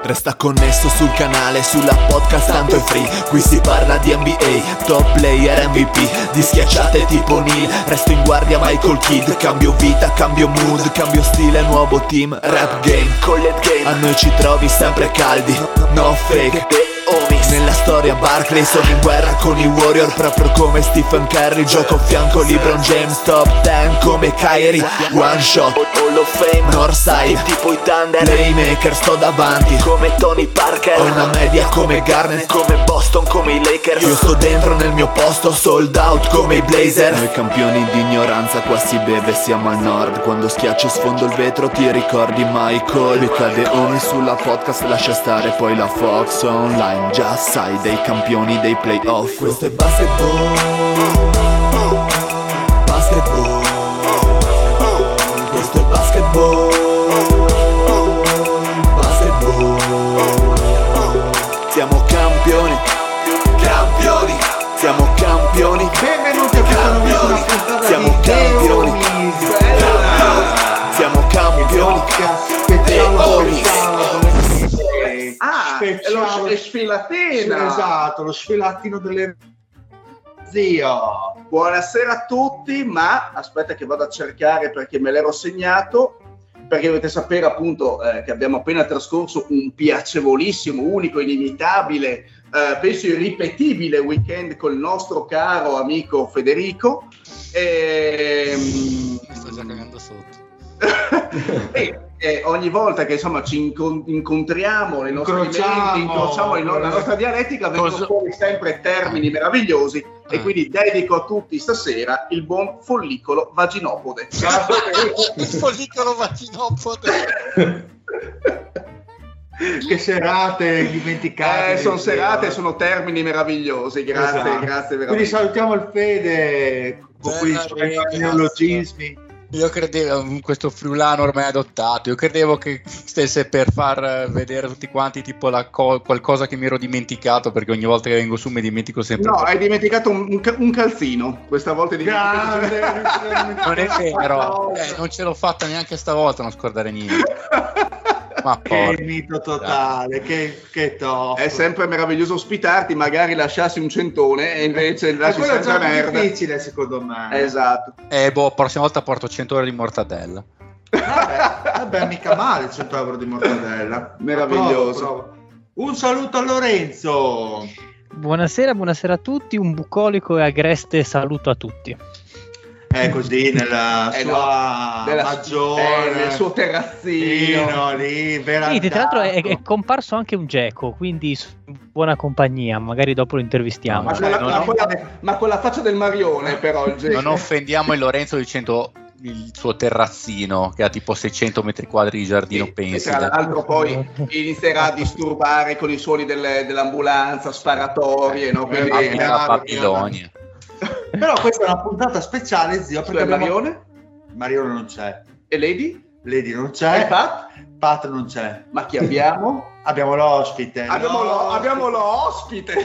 Resta connesso sul canale, sulla podcast tanto è free. Qui si parla di NBA, top player MVP, di schiacciate tipo Neil. Resto in guardia Michael Kidd. Cambio vita, cambio mood, cambio stile, nuovo team. Rap game, collet game, a noi ci trovi sempre caldi. No fake, homies. Nella storia Barkley, sono in guerra con i Warrior, proprio come Stephen Curry. Gioco a fianco LeBron James, top 10 come Kyrie. One shot, Hall of Fame, Northside, tipo i Thunder. Playmaker, sto davanti come Tony Parker. Ho una media come Garnett, come Boston, come i Lakers. Io sto dentro nel mio posto, sold out come i Blazer. Noi campioni di ignoranza, qua si beve, siamo al nord. Quando schiaccio sfondo il vetro ti ricordi Michael. Mi cade ogni sulla podcast, lascia stare poi la Fox online. Già sai, dei campioni dei playoff. Questo è basketball, basketball. Questo è basketball, basketball. Siamo campioni, campioni. Siamo campioni. Benvenuti a questa nuovissima puntata. Siamo campioni. Siamo campioni. È lo sfilatino. Esatto, lo sfilatino delle zio. Buonasera a tutti, ma aspetta che vado a cercare perché me l'ero segnato, perché dovete sapere appunto che abbiamo appena trascorso un piacevolissimo, unico, inimitabile, penso irripetibile weekend col nostro caro amico Federico. Mi sto già cagando sotto. E ogni volta che insomma ci incontriamo le nostre menti, incrociamo la nostra dialettica, vengono fuori sempre termini meravigliosi, e quindi dedico a tutti stasera il buon follicolo vaginopode. Il follicolo vaginopode. Che serate dimenticate. Sono serate, sono termini meravigliosi. Grazie, esatto. Grazie veramente. Quindi salutiamo il Fede con quei suoi neologismi. Io credevo, questo friulano ormai adottato, io credevo che stesse per far vedere tutti quanti tipo qualcosa che mi ero dimenticato, perché ogni volta che vengo su mi dimentico sempre. No, hai dimenticato un calzino, questa volta hai dimenticato. Non è vero, non ce l'ho fatta neanche stavolta, non scordare niente. Ma che mito totale, che top. È sempre meraviglioso ospitarti, magari lasciassi un centone e invece lasci sempre merda. È difficile secondo me. Esatto. Prossima volta porto 100 euro di mortadella. Vabbè, mica male 100 euro di mortadella. Meraviglioso. Provo. Un saluto a Lorenzo. Buonasera a tutti, un bucolico e agreste saluto a tutti. È così nella sua maggiore, nel suo terrazzino lì, sì, tra l'altro è comparso anche un geco, quindi buona compagnia, magari dopo lo intervistiamo. Ma con la faccia del Marione però il geco. Non offendiamo il Lorenzo dicendo il suo terrazzino che ha tipo 600 metri quadri di giardino, sì, pensi. E tra l'altro poi inizierà a disturbare con i suoni dell'ambulanza, sparatorie, no? Quindi la Babilonia. Però questa è una puntata speciale, zio, perché Marione non c'è. E Lady? Lady non c'è. E Pat non c'è. Ma chi abbiamo? Abbiamo l'ospite. Abbiamo l'ospite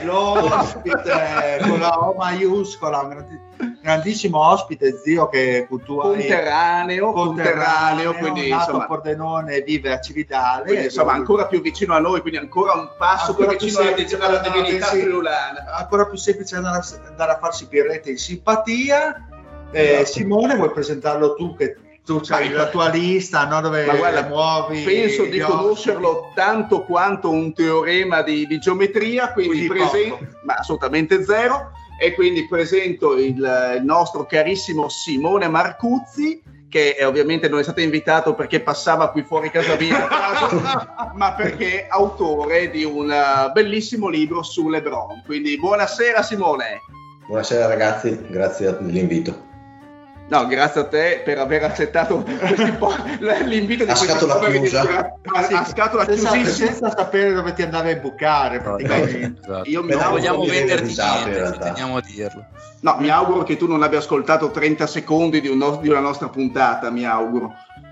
con la O maiuscola, un grandissimo ospite, zio, che conterraneo, quindi nato insomma a Pordenone, vive a Cividale, quindi, insomma ancora più vicino a noi, quindi ancora un passo più vicino alla divinità friulana. Ancora più semplice andare a farsi birrette in simpatia. Simone, vuoi presentarlo tu, che tu c'hai la tua lista, no? Dove muovi? Penso di conoscerlo tanto quanto un teorema di geometria, quindi ma assolutamente zero. E quindi presento il nostro carissimo Simone Marcuzzi, che ovviamente non è stato invitato perché passava qui fuori casa mia, ma perché è autore di un bellissimo libro su LeBron. Quindi buonasera Simone. Buonasera ragazzi, grazie dell'invito. No, grazie a te per aver accettato l'invito di a scatola chiusa. A scatola chiusissima, senza sapere dove ti andavi a imbucare praticamente. Esatto. Io non vogliamo venderti risate, niente, teniamo a dirlo. No, mi auguro che tu non abbia ascoltato 30 secondi di una nostra puntata, mi auguro.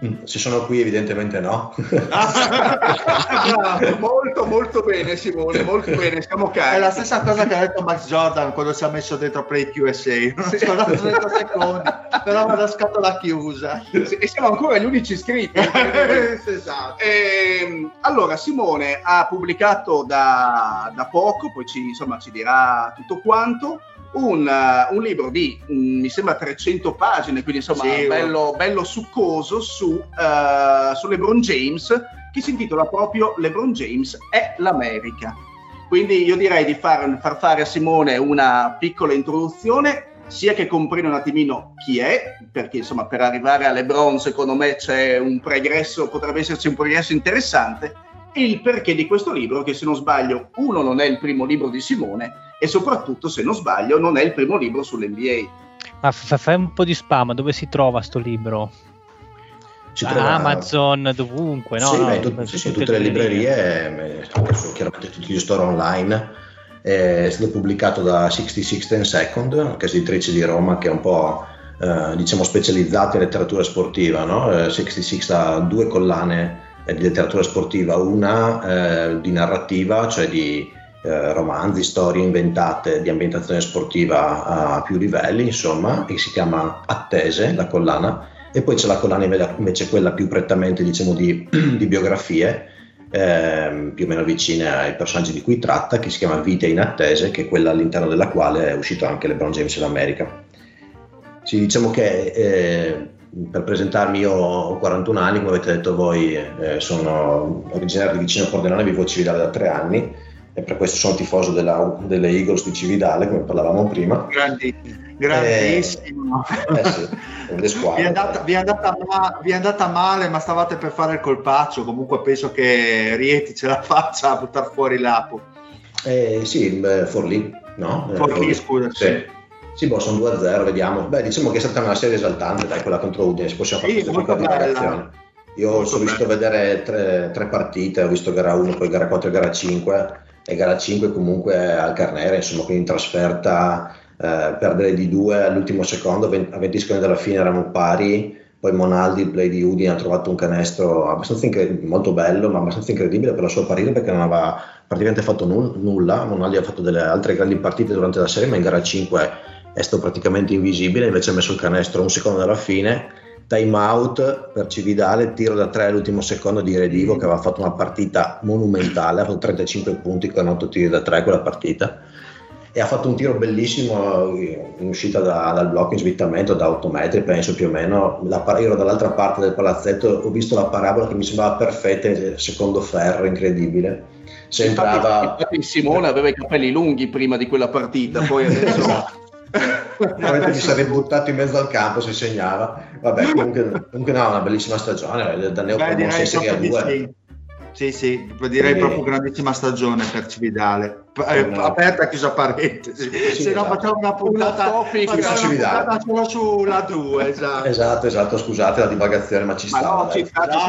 Se sono qui evidentemente no. Bravo, molto molto bene Simone, molto bene, siamo carichi. È la stessa cosa che ha detto Max Jordan quando si è messo dentro Play USA, non ho scordato 30 secondi, però la scatola chiusa. E siamo ancora gli unici iscritti. Esatto. Allora Simone ha pubblicato da poco, poi ci dirà tutto quanto, un libro di mi sembra 300 pagine, quindi insomma sì, bello succoso su LeBron James, che si intitola proprio LeBron James è l'America. Quindi io direi di far fare a Simone una piccola introduzione, sia che comprenda un attimino chi è, perché insomma per arrivare a LeBron secondo me potrebbe esserci un progresso interessante, e il perché di questo libro, che se non sbaglio non è il primo libro di Simone, e soprattutto, se non sbaglio, non è il primo libro sull'NBA. Ma fai un po' di spam, dove si trova sto libro? Amazon, dovunque, no? Sì, tutte le librerie, chiaramente tutti gli store online. È stato pubblicato da 66th and Second, casa editrice di Roma, che è un po' specializzata in letteratura sportiva, no? 66 ha 2 collane di letteratura sportiva, una di narrativa, cioè di romanzi, storie inventate di ambientazione sportiva a più livelli, insomma, che si chiama Attese, la collana, e poi c'è la collana invece quella più prettamente di biografie, più o meno vicine ai personaggi di cui tratta, che si chiama Vite in Attese, che è quella all'interno della quale è uscito anche LeBron James in America. Sì, diciamo che per presentarmi, io ho 41 anni, come avete detto voi, sono originario di vicino Pordenone, vivo a Cividale da 3 anni, e per questo sono tifoso delle Eagles di Cividale, come parlavamo prima. Grandissimo. Sì, vi è andata male, ma stavate per fare il colpaccio. Comunque penso che Rieti ce la faccia a buttare fuori l'Apo. Sì, Forlì, no? Forlì, scusa. Sì, sono 2-0, vediamo. Diciamo che è stata una serie esaltante, quella contro Udine, possiamo fare questa piccola divagazione. Io ho visto vedere tre partite, ho visto gara 1, poi gara 4 e gara 5, e gara 5 comunque al Carnera, insomma, quindi in trasferta, perdere di 2 all'ultimo secondo, a 20 secondi dalla fine eravamo pari, poi Monaldi, il play di Udine, ha trovato un canestro molto bello, ma abbastanza incredibile per la sua parire, perché non aveva praticamente fatto nulla. Monaldi ha fatto delle altre grandi partite durante la serie, ma in gara 5 è stato praticamente invisibile, invece ha messo il canestro un secondo dalla fine, time out per Cividale, tiro da 3 all'ultimo secondo di Redivo, che aveva fatto una partita monumentale, ha fatto 35 punti con 8 tiri da 3 quella partita, e ha fatto un tiro bellissimo in uscita dal blocco in svittamento da 8 metri, penso più o meno. Io ero dall'altra parte del palazzetto, ho visto la parabola che mi sembrava perfetta, secondo ferro, incredibile. Infatti Simone aveva i capelli lunghi prima di quella partita, poi adesso probabilmente mi sarei buttato in mezzo al campo se segnava. Vabbè, comunque no, una bellissima stagione da neopromossa in Serie A2. Sì, direi proprio grandissima stagione per Cividale. Aperta, chiusa parentesi. Se no facciamo una puntata solo sulla 2. Esatto, scusate la divagazione, ma ci sta. No, ci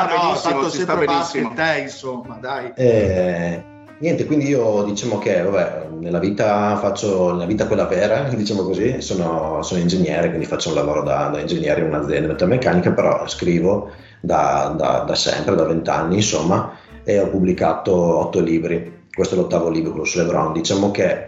sta benissimo. Insomma, dai. Niente, quindi io diciamo che nella vita quella vera, diciamo così, sono ingegnere, quindi faccio un lavoro da ingegnere in un'azienda metalmeccanica, però scrivo da sempre, da 20 anni insomma, e ho pubblicato 8 libri. Questo è l'8º libro, quello su LeBron. Diciamo che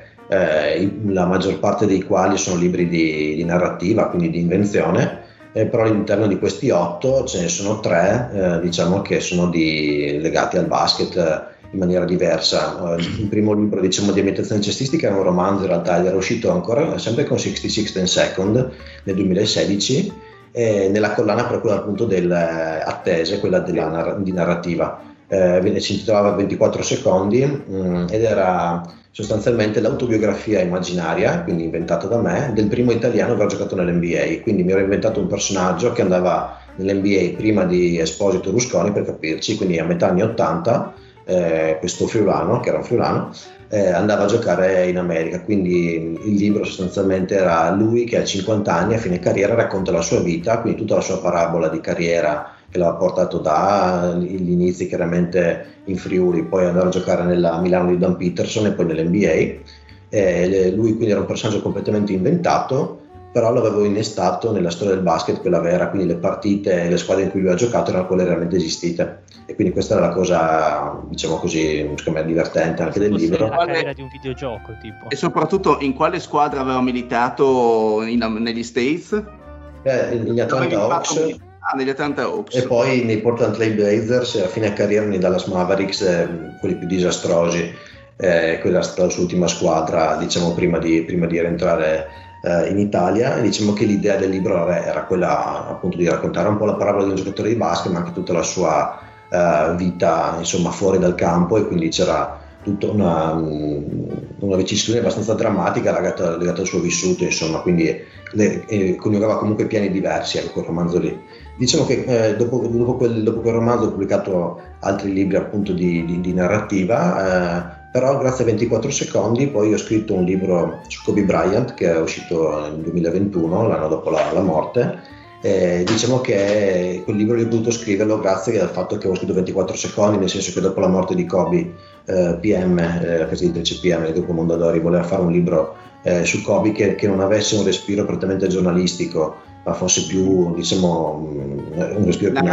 la maggior parte dei quali sono libri di narrativa, quindi di invenzione, però all'interno di questi 8 ce ne sono 3 diciamo che sono legati al basket in maniera diversa. Il primo libro, diciamo, di ambientazione cestistica era un romanzo, in realtà, ed era uscito ancora sempre con 66th and Second nel 2016, nella collana proprio appunto dell'Attese, quella di narrativa. Si intitolava 24 secondi ed era sostanzialmente l'autobiografia immaginaria, quindi inventata da me, del primo italiano che aveva giocato nell'NBA. Quindi mi ero inventato un personaggio che andava nell'NBA prima di Esposito Rusconi, per capirci, quindi a metà anni 80, questo friulano, che era un friulano, andava a giocare in America. Quindi il libro sostanzialmente era lui che a 50 anni, a fine carriera, racconta la sua vita, quindi tutta la sua parabola di carriera che l'ha portato dagli inizi chiaramente in Friuli, poi andare a giocare nella Milano di Dan Peterson e poi nell'NBA. Lui quindi era un personaggio completamente inventato, però l'avevo innestato nella storia del basket, quella vera, quindi le partite e le squadre in cui lui ha giocato erano quelle realmente esistite, e quindi questa era la cosa, diciamo così, secondo me divertente anche del libro. La carriera di un videogioco, tipo. E soprattutto in quale squadra aveva militato negli States? Negli Atlanta Hawks. Negli Atlanta Hawks. E poi nei Portland Trail Blazers, a fine carriera nei Dallas Mavericks, quelli più disastrosi. Quella è stata la sua ultima squadra, diciamo, prima di rientrare in Italia. E diciamo che l'idea del libro era quella, appunto, di raccontare un po' la parabola di un giocatore di basket, ma anche tutta la sua vita, insomma, fuori dal campo, e quindi c'era tutta una vicissitudine abbastanza drammatica legata al suo vissuto, insomma, quindi coniugava comunque piani diversi, ecco, quel romanzo lì. Diciamo che dopo quel romanzo ho pubblicato altri libri, appunto, di narrativa, però grazie a 24 secondi poi ho scritto un libro su Kobe Bryant che è uscito nel 2021, l'anno dopo la morte. Diciamo che quel libro l'ho potuto scriverlo grazie al fatto che avevo scritto 24 secondi, nel senso che dopo la morte di Kobe, PM, la casa editrice PM del gruppo Mondadori, voleva fare un libro su Kobe che non avesse un respiro prettamente giornalistico, ma fosse più, diciamo, un respiro più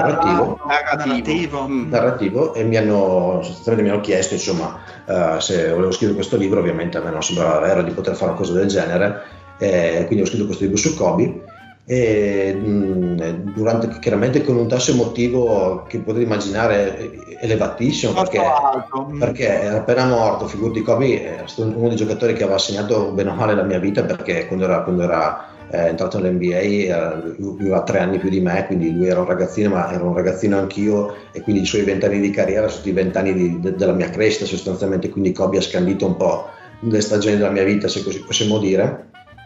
narrativo, e sostanzialmente mi hanno chiesto, insomma, se volevo scrivere questo libro. Ovviamente a me non sembrava vero di poter fare una cosa del genere, quindi ho scritto questo libro su Kobe, e chiaramente con un tasso emotivo che potete immaginare elevatissimo, perché era appena morto. Figurati, Kobe è stato uno dei giocatori che aveva segnato bene o male la mia vita, perché quando era entrato nell'NBA lui aveva 3 anni più di me, quindi lui era un ragazzino, ma ero un ragazzino anch'io, e quindi i suoi 20 anni di carriera sono stati i 20 anni della mia crescita sostanzialmente, quindi Kobe ha scandito un po' le stagioni della mia vita, se così possiamo dire.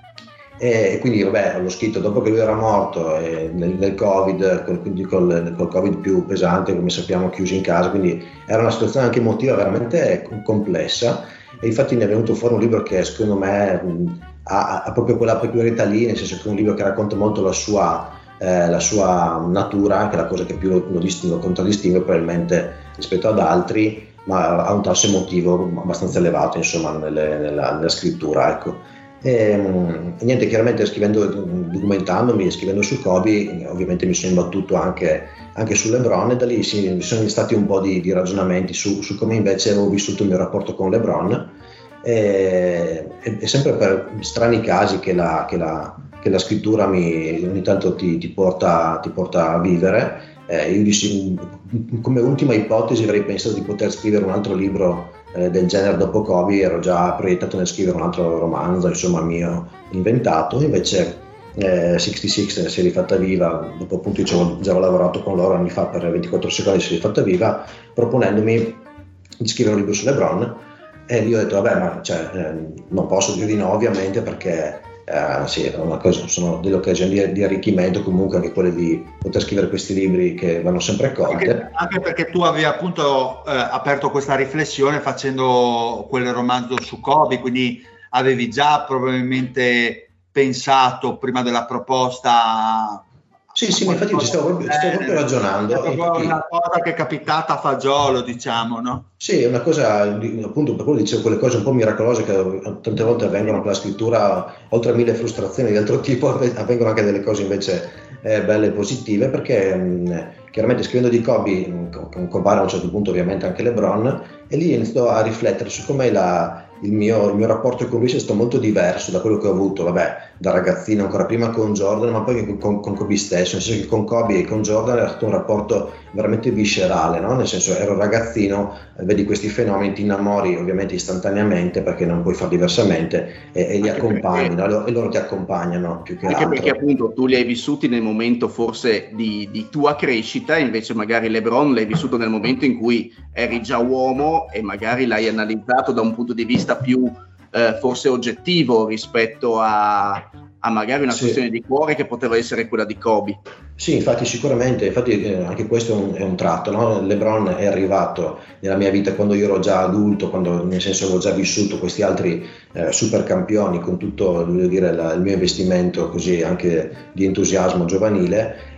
E quindi vabbè, l'ho scritto dopo che lui era morto, nel Covid, quindi col Covid più pesante, come sappiamo, chiusi in casa, quindi era una situazione anche emotiva veramente complessa, e infatti ne è venuto fuori un libro che secondo me ha proprio quella peculiarità lì, nel senso che è un libro che racconta molto la sua natura, che è la cosa che più lo contraddistingue probabilmente rispetto ad altri, ma ha un tasso emotivo abbastanza elevato, insomma, nella scrittura, ecco. E niente, chiaramente documentandomi e scrivendo su Kobe, ovviamente mi sono imbattuto anche su LeBron, e da lì ci sono stati un po' di ragionamenti su come invece avevo vissuto il mio rapporto con LeBron, e sempre per strani casi che la scrittura ogni tanto ti porta a vivere. Io dissi, come ultima ipotesi avrei pensato di poter scrivere un altro libro del genere dopo Kobe, ero già proiettato nel scrivere un altro romanzo, insomma, mio inventato. Invece 66 si è rifatta viva, dopo appunto io già avevo lavorato con loro anni fa per 24 secondi, si è rifatta viva proponendomi di scrivere un libro su LeBron, e io ho detto vabbè, ma non posso dire di no, ovviamente, perché sì, sono delle occasioni di arricchimento, comunque anche quelle di poter scrivere questi libri che vanno sempre colte. Anche perché tu avevi appunto aperto questa riflessione facendo quel romanzo su Kobe, quindi avevi già probabilmente pensato prima della proposta. Sì, infatti ci stavo proprio ragionando. È proprio una cosa che è capitata a fagiolo, diciamo, no? Sì, è una cosa, appunto, per quello dicevo, quelle cose un po' miracolose che tante volte avvengono con la scrittura, oltre a 1000 frustrazioni di altro tipo, avvengono anche delle cose invece belle e positive, perché chiaramente scrivendo di Kobe compare a un certo punto ovviamente anche LeBron, e lì inizio a riflettere su come il mio rapporto con lui sia stato molto diverso da quello che ho avuto, da ragazzino, ancora prima con Jordan, ma poi con Kobe stesso, nel senso che con Kobe e con Jordan era stato un rapporto veramente viscerale, no? Nel senso, ero ragazzino, vedi questi fenomeni, ti innamori ovviamente istantaneamente, perché non puoi fare diversamente, e li accompagni, no? E loro ti accompagnano più che altro. Perché appunto tu li hai vissuti nel momento forse di tua crescita, invece magari LeBron l'hai vissuto nel momento in cui eri già uomo, e magari l'hai analizzato da un punto di vista più forse oggettivo rispetto a magari una questione di cuore che poteva essere quella di Kobe. Sì, infatti sicuramente, anche questo è un tratto, no? LeBron è arrivato nella mia vita quando io ero già adulto, nel senso avevo già vissuto questi altri super campioni, con tutto, voglio dire, il mio investimento così anche di entusiasmo giovanile,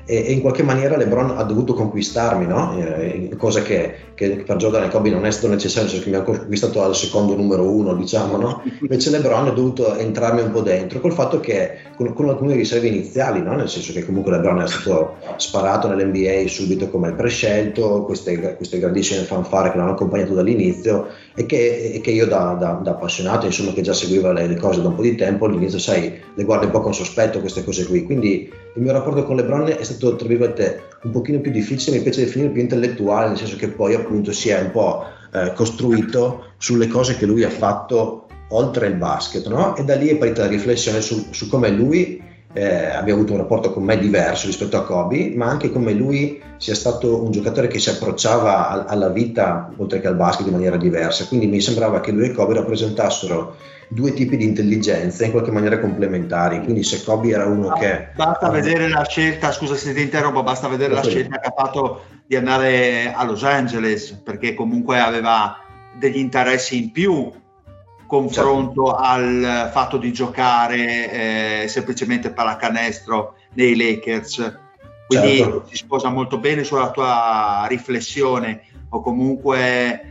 e in qualche maniera LeBron ha dovuto conquistarmi, no? Cosa che per Jordan e Kobe non è stato necessario, perché mi ha conquistato al secondo numero 1, diciamo, no? Invece LeBron ha dovuto entrarmi un po' dentro, col fatto che con alcune riserve iniziali, no? Nel senso che comunque LeBron è stato sparato nell'NBA subito come prescelto, queste grandissime fanfare che l'hanno accompagnato dall'inizio, e che io da appassionato, insomma, che già seguiva le cose da un po' di tempo, all'inizio, sai, le guardo un po' con sospetto queste cose qui. Quindi il mio rapporto con LeBron è stato, tra virgolette, un pochino più difficile, mi piace definire più intellettuale, nel senso che poi appunto si è un po' costruito sulle cose che lui ha fatto oltre il basket, no? E da lì è partita la riflessione su come lui abbia avuto un rapporto con me diverso rispetto a Kobe, ma anche come lui sia stato un giocatore che si approcciava alla vita oltre che al basket in maniera diversa. Quindi mi sembrava che lui e Kobe rappresentassero due tipi di intelligenza in qualche maniera complementari. Quindi se Kobe era uno che basta vedere la scelta, scusa se ti interrompo, basta vedere la scelta che ha fatto di andare a Los Angeles, perché comunque aveva degli interessi in più confronto al fatto di giocare semplicemente pallacanestro nei Lakers. Quindi si sposa molto bene sulla tua riflessione, o comunque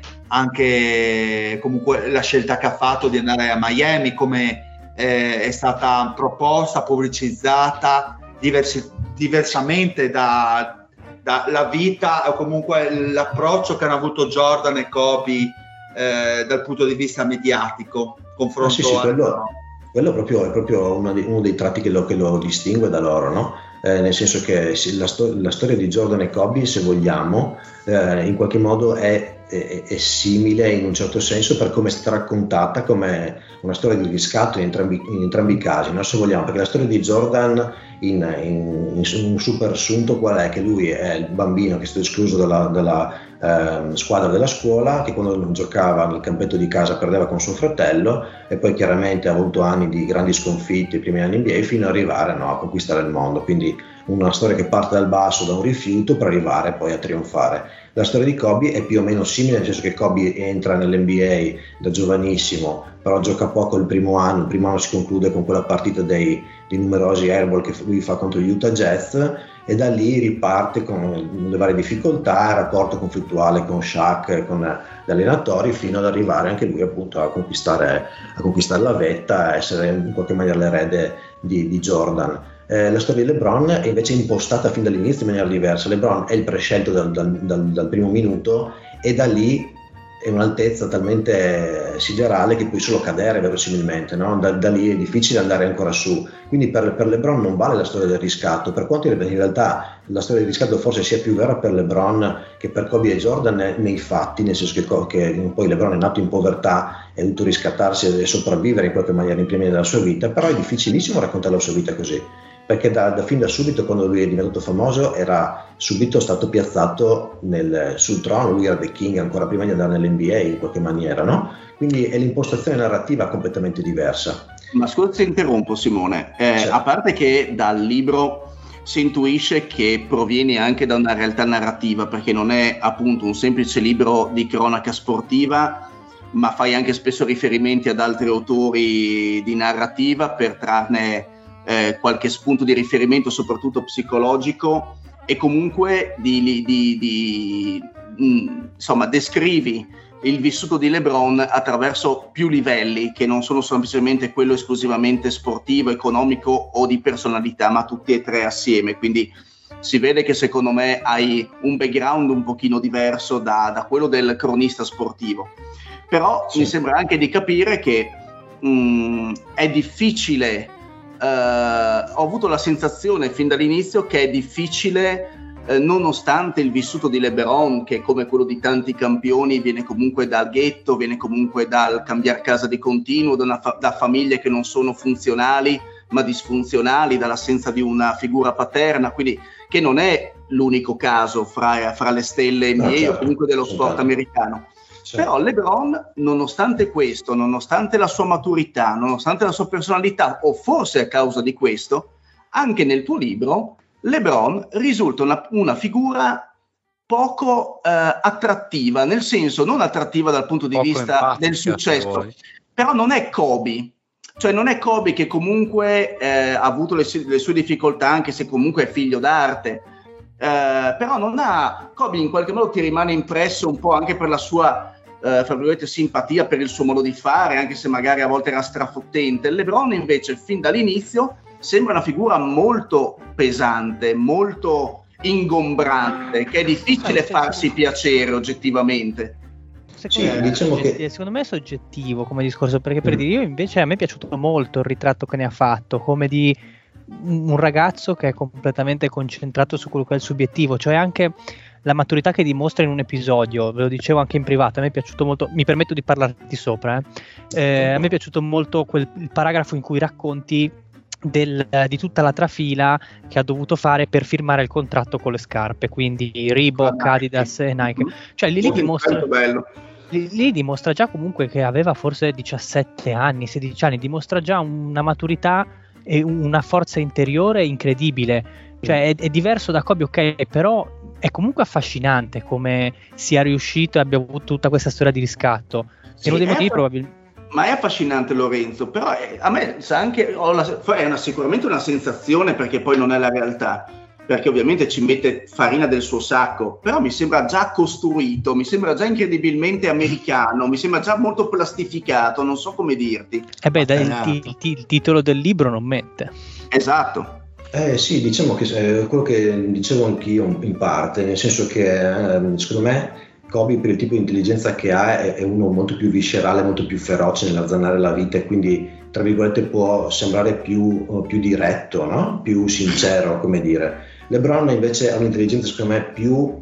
anche la scelta che ha fatto di andare a Miami, come è stata proposta, pubblicizzata diversamente dalla vita, o comunque l'approccio che hanno avuto Jordan e Kobe dal punto di vista mediatico, confronto quello è proprio uno dei tratti che lo distingue da loro, no? Nel senso che la storia di Jordan e Kobe, se vogliamo, in qualche modo è simile in un certo senso per come è stata raccontata, come una storia di riscatto in entrambi i casi, no? Se vogliamo, perché la storia di Jordan in un super assunto qual è? Che lui è il bambino che è stato escluso dalla squadra della scuola, che quando giocava nel campetto di casa perdeva con suo fratello, e poi chiaramente ha avuto anni di grandi sconfitte, i primi anni NBA, fino ad arrivare a conquistare il mondo. Quindi una storia che parte dal basso, da un rifiuto, per arrivare poi a trionfare. La storia di Kobe è più o meno simile, nel senso che Kobe entra nell'NBA da giovanissimo, però gioca poco il primo anno si conclude con quella partita di numerosi airball che lui fa contro gli Utah Jazz, e da lì riparte con le varie difficoltà, il rapporto conflittuale con Shaq, con gli allenatori, fino ad arrivare anche lui appunto a conquistare la vetta, a essere in qualche maniera l'erede di Jordan. La storia di LeBron è invece impostata fin dall'inizio in maniera diversa. LeBron è il prescelto dal primo minuto, e da lì è un'altezza talmente siderale che puoi solo cadere verosimilmente, no? Da lì è difficile andare ancora su. Quindi per LeBron non vale la storia del riscatto, per quanto in realtà la storia del riscatto forse sia più vera per LeBron che per Kobe e Jordan nei fatti, nel senso che poi LeBron è nato in povertà e ha dovuto riscattarsi e sopravvivere in qualche maniera in primi anni della sua vita, però è difficilissimo raccontare la sua vita così, perché fin da subito, quando lui è diventato famoso, era subito stato piazzato sul trono. Lui era the king ancora prima di andare nell'NBA in qualche maniera, no? Quindi è l'impostazione narrativa completamente diversa. Ma scusa se interrompo, Simone, certo. A parte che dal libro si intuisce che proviene anche da una realtà narrativa, perché non è appunto un semplice libro di cronaca sportiva, ma fai anche spesso riferimenti ad altri autori di narrativa per trarne qualche spunto di riferimento, soprattutto psicologico, e comunque insomma descrivi il vissuto di LeBron attraverso più livelli, che non sono semplicemente quello esclusivamente sportivo, economico o di personalità, ma tutti e tre assieme. Quindi si vede che secondo me hai un background un pochino diverso da quello del cronista sportivo, però sì. Mi sembra anche di capire che è difficile. Ho avuto la sensazione fin dall'inizio che è difficile, nonostante il vissuto di LeBron, che come quello di tanti campioni viene comunque dal ghetto, viene comunque dal cambiare casa di continuo, da famiglie che non sono funzionali ma disfunzionali, dall'assenza di una figura paterna, quindi che non è l'unico caso fra le stelle NBA, certo, o comunque dello sport americano. Certo. Però LeBron, nonostante questo, nonostante la sua maturità, nonostante la sua personalità, o forse a causa di questo, anche nel tuo libro LeBron risulta una figura poco attrattiva, nel senso non attrattiva dal punto di vista del successo, però non è Kobe. Cioè non è Kobe che comunque ha avuto le sue difficoltà, anche se comunque è figlio d'arte, però non ha, Kobe in qualche modo ti rimane impresso un po' anche per la sua fra virgolette simpatia per il suo modo di fare, anche se magari a volte era strafottente. LeBron invece fin dall'inizio sembra una figura molto pesante, molto ingombrante, che è difficile farsi piacere oggettivamente. Secondo me è soggettivo come discorso, perché per dire, io invece a me è piaciuto molto il ritratto che ne ha fatto, come di un ragazzo che è completamente concentrato su quello che è il suo obiettivo, cioè anche la maturità che dimostra in un episodio, ve lo dicevo anche in privato, a me è piaciuto molto, mi permetto di parlarti sopra, a me è piaciuto molto il paragrafo in cui racconti di tutta la trafila che ha dovuto fare per firmare il contratto con le scarpe, quindi Reebok, Adidas e Nike, cioè lì dimostra già comunque che aveva forse 17 anni, 16 anni, dimostra già una maturità e una forza interiore incredibile, cioè è diverso da Kobe, ok, però è comunque affascinante come sia riuscito e abbia avuto tutta questa storia di riscatto. Sì, uno dei motivi probabilmente. Ma è affascinante Lorenzo, però a me sa anche è sicuramente una sensazione, perché poi non è la realtà, perché ovviamente ci mette farina del suo sacco, però mi sembra già costruito, mi sembra già incredibilmente americano, mi sembra già molto plastificato, non so come dirti. Il titolo del libro non mente. Esatto. Sì, diciamo che quello che dicevo anch'io in parte, nel senso che secondo me Kobe, per il tipo di intelligenza che ha, è uno molto più viscerale, molto più feroce nell'azzannare la vita, e quindi tra virgolette può sembrare più diretto, no? Più sincero, come dire. LeBron invece ha un'intelligenza secondo me più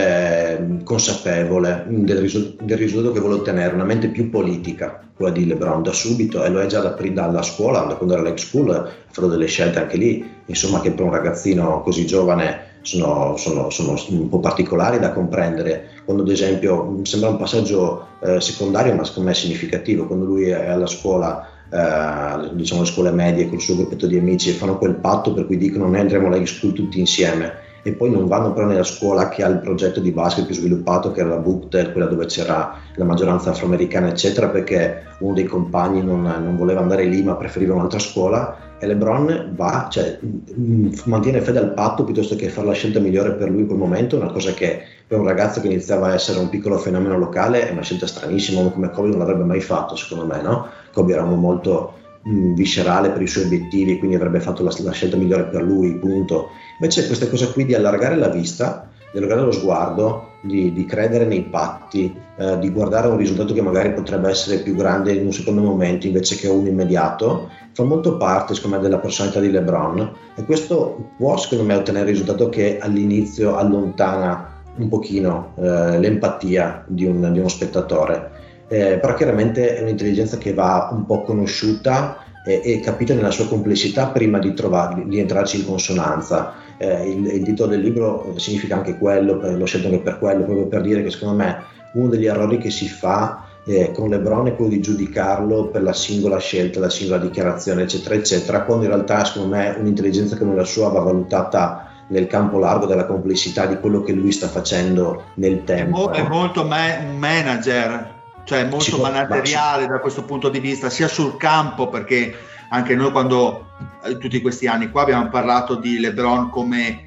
consapevole del risultato che vuole ottenere, una mente più politica, quella di LeBron da subito, e lo è già dalla scuola, da quando era all'high school, ha fatto delle scelte anche lì, insomma, che per un ragazzino così giovane sono un po' particolari da comprendere. Quando ad esempio sembra un passaggio secondario, ma secondo me è significativo, quando lui è alla scuola, diciamo le scuole medie, col suo gruppetto di amici, e fanno quel patto per cui dicono noi andremo all'high school tutti insieme, e poi non vanno però nella scuola che ha il progetto di basket più sviluppato, che era la Booker, quella dove c'era la maggioranza afroamericana eccetera, perché uno dei compagni non voleva andare lì ma preferiva un'altra scuola, e LeBron va, cioè mantiene fede al patto piuttosto che fare la scelta migliore per lui in quel momento, una cosa che per un ragazzo che iniziava a essere un piccolo fenomeno locale è una scelta stranissima, uno come Kobe non l'avrebbe mai fatto, secondo me, no? Kobe era uno molto viscerale per i suoi obiettivi, quindi avrebbe fatto la scelta migliore per lui, punto. Invece questa cosa qui di allargare la vista, di allargare lo sguardo, di credere nei patti, di guardare un risultato che magari potrebbe essere più grande in un secondo momento invece che un immediato, fa molto parte secondo me della personalità di LeBron, e questo può secondo me ottenere il risultato che all'inizio allontana un pochino l'empatia di uno spettatore. Però chiaramente è un'intelligenza che va un po' conosciuta e capita nella sua complessità prima di entrarci in consonanza. Il titolo del libro significa anche quello, l'ho scelto anche per quello, proprio per dire che secondo me uno degli errori che si fa con LeBron è quello di giudicarlo per la singola scelta, la singola dichiarazione eccetera eccetera, quando in realtà secondo me un'intelligenza come la sua va valutata nel campo largo della complessità di quello che lui sta facendo nel tempo. È molto un manager, cioè molto manageriale da questo punto di vista, sia sul campo, perché anche noi quando tutti questi anni qua abbiamo parlato di LeBron come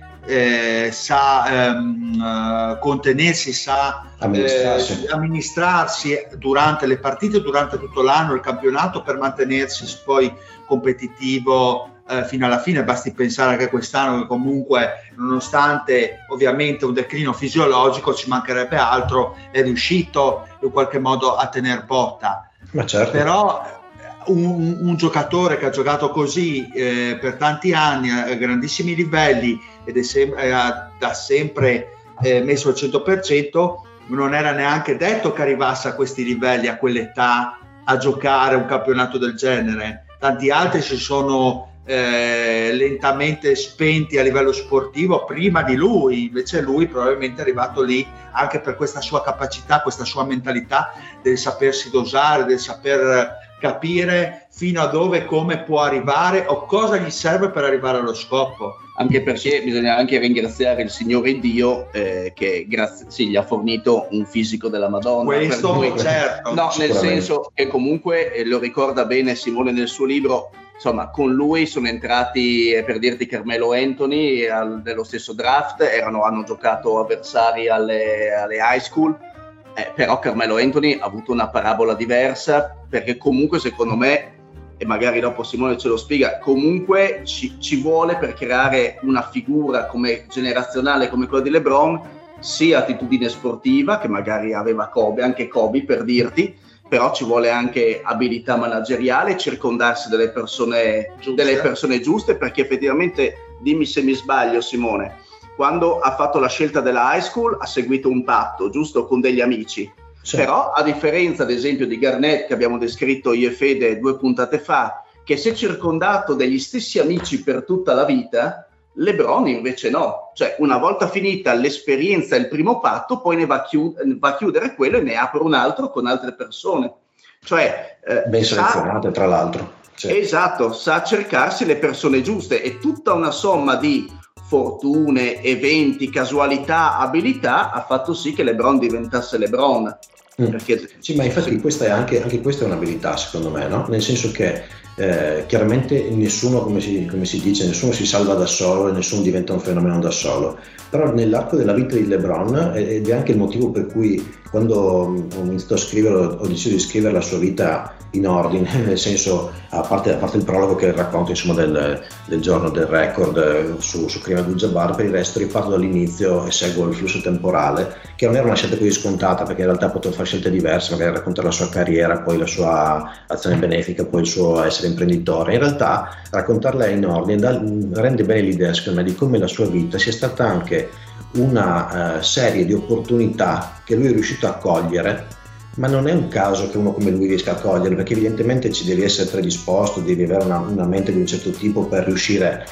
sa contenersi, sa amministrarsi durante le partite, durante tutto l'anno, il campionato, per mantenersi poi competitivo fino alla fine. Basti pensare anche quest'anno che comunque, nonostante ovviamente un declino fisiologico, ci mancherebbe altro, è riuscito in qualche modo a tener botta. Ma certo. Però un giocatore che ha giocato così per tanti anni a grandissimi livelli ed è da sempre messo al 100%, non era neanche detto che arrivasse a questi livelli, a quell'età, a giocare un campionato del genere. Tanti altri si sono lentamente spenti a livello sportivo prima di lui, invece lui probabilmente è arrivato lì anche per questa sua capacità, questa sua mentalità del sapersi dosare, del saper capire fino a dove e come può arrivare o cosa gli serve per arrivare allo scopo. Anche perché bisogna anche ringraziare il Signore Dio che gli ha fornito un fisico della Madonna. Questo per cui, certo. No, nel senso che comunque lo ricorda bene Simone nel suo libro. Insomma, con lui sono entrati, per dirti, Carmelo Anthony nello stesso draft, hanno giocato avversari alle high school, però Carmelo Anthony ha avuto una parabola diversa, perché comunque secondo me, e magari dopo Simone ce lo spiega, comunque ci vuole per creare una figura come generazionale come quella di LeBron, sia attitudine sportiva, che magari aveva anche Kobe per dirti, però ci vuole anche abilità manageriale, circondarsi delle persone giuste, perché effettivamente, dimmi se mi sbaglio Simone, quando ha fatto la scelta della high school ha seguito un patto, giusto, con degli amici, sì. Però a differenza ad esempio di Garnett, che abbiamo descritto io e Fede 2 puntate fa, che si è circondato degli stessi amici per tutta la vita, LeBron invece no, cioè una volta finita l'esperienza, il primo patto, poi ne va a chiudere quello e ne apre un altro con altre persone, cioè ben selezionate tra l'altro, sì. Esatto, sa cercarsi le persone giuste, e tutta una somma di fortune, eventi, casualità, abilità ha fatto sì che LeBron diventasse LeBron. Perché, sì, ma infatti questa è anche questa è un'abilità secondo me, no? Nel senso che chiaramente nessuno, come si dice, nessuno si salva da solo e nessuno diventa un fenomeno da solo, però nell'arco della vita di LeBron, ed è anche il motivo per cui quando ho iniziato a scrivere ho deciso di scrivere la sua vita in ordine, nel senso, a parte il prologo che racconta insomma del giorno del record su Kareem Abdul-Jabbar, per il resto riparto dall'inizio e seguo il flusso temporale, che non era una scelta così scontata, perché in realtà potevo fare scelte diverse, magari raccontare la sua carriera, poi la sua azione benefica, poi il suo essere imprenditore. In realtà raccontarla in ordine rende bene l'idea secondo me di come la sua vita sia stata anche una serie di opportunità che lui è riuscito a cogliere, ma non è un caso che uno come lui riesca a cogliere, perché evidentemente ci devi essere predisposto, devi avere una mente di un certo tipo per riuscire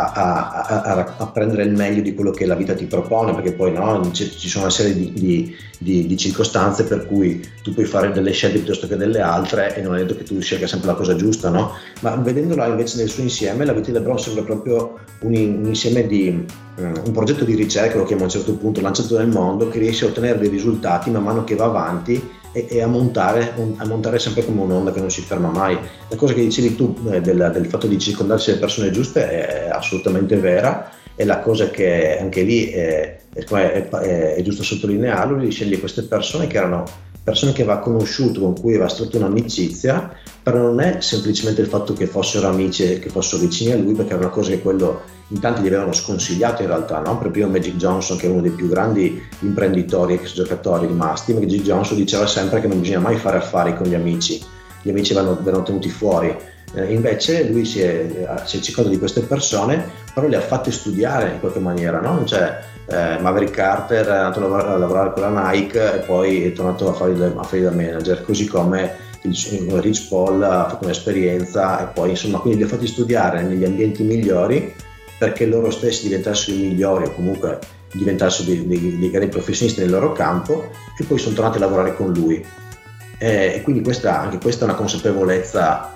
a prendere il meglio di quello che la vita ti propone, perché poi no, ci sono una serie di circostanze per cui tu puoi fare delle scelte piuttosto che delle altre, e non è detto che tu scelga sempre la cosa giusta, no? Ma vedendola invece nel suo insieme, la vita di LeBron sembra proprio un insieme di un progetto di ricerca, lo chiamo a un certo punto, lanciato nel mondo, che riesce a ottenere dei risultati man mano che va avanti e a montare sempre come un'onda che non si ferma mai. La cosa che dicevi tu del fatto di circondarsi delle persone giuste è assolutamente vera, e la cosa che anche lì è giusto sottolinearlo, lui sceglie queste persone che erano persone che aveva conosciuto, con cui aveva stretto un'amicizia, però non è semplicemente il fatto che fossero amici e che fossero vicini a lui, perché era una cosa che in tanti gli avevano sconsigliato in realtà, no? Per esempio Magic Johnson, che è uno dei più grandi imprenditori, ex giocatori rimasti, Magic Johnson diceva sempre che non bisogna mai fare affari con gli amici vanno tenuti fuori. Invece lui si è circondato di queste persone, però le ha fatte studiare in qualche maniera, no? Cioè Maverick Carter è andato a lavorare con la Nike e poi è tornato a fare da manager, così come Rich Paul ha fatto un'esperienza, e poi insomma quindi li ha fatti studiare negli ambienti migliori perché loro stessi diventassero i migliori, o comunque diventassero dei grandi professionisti nel loro campo, e poi sono tornati a lavorare con lui. E quindi anche questa è una consapevolezza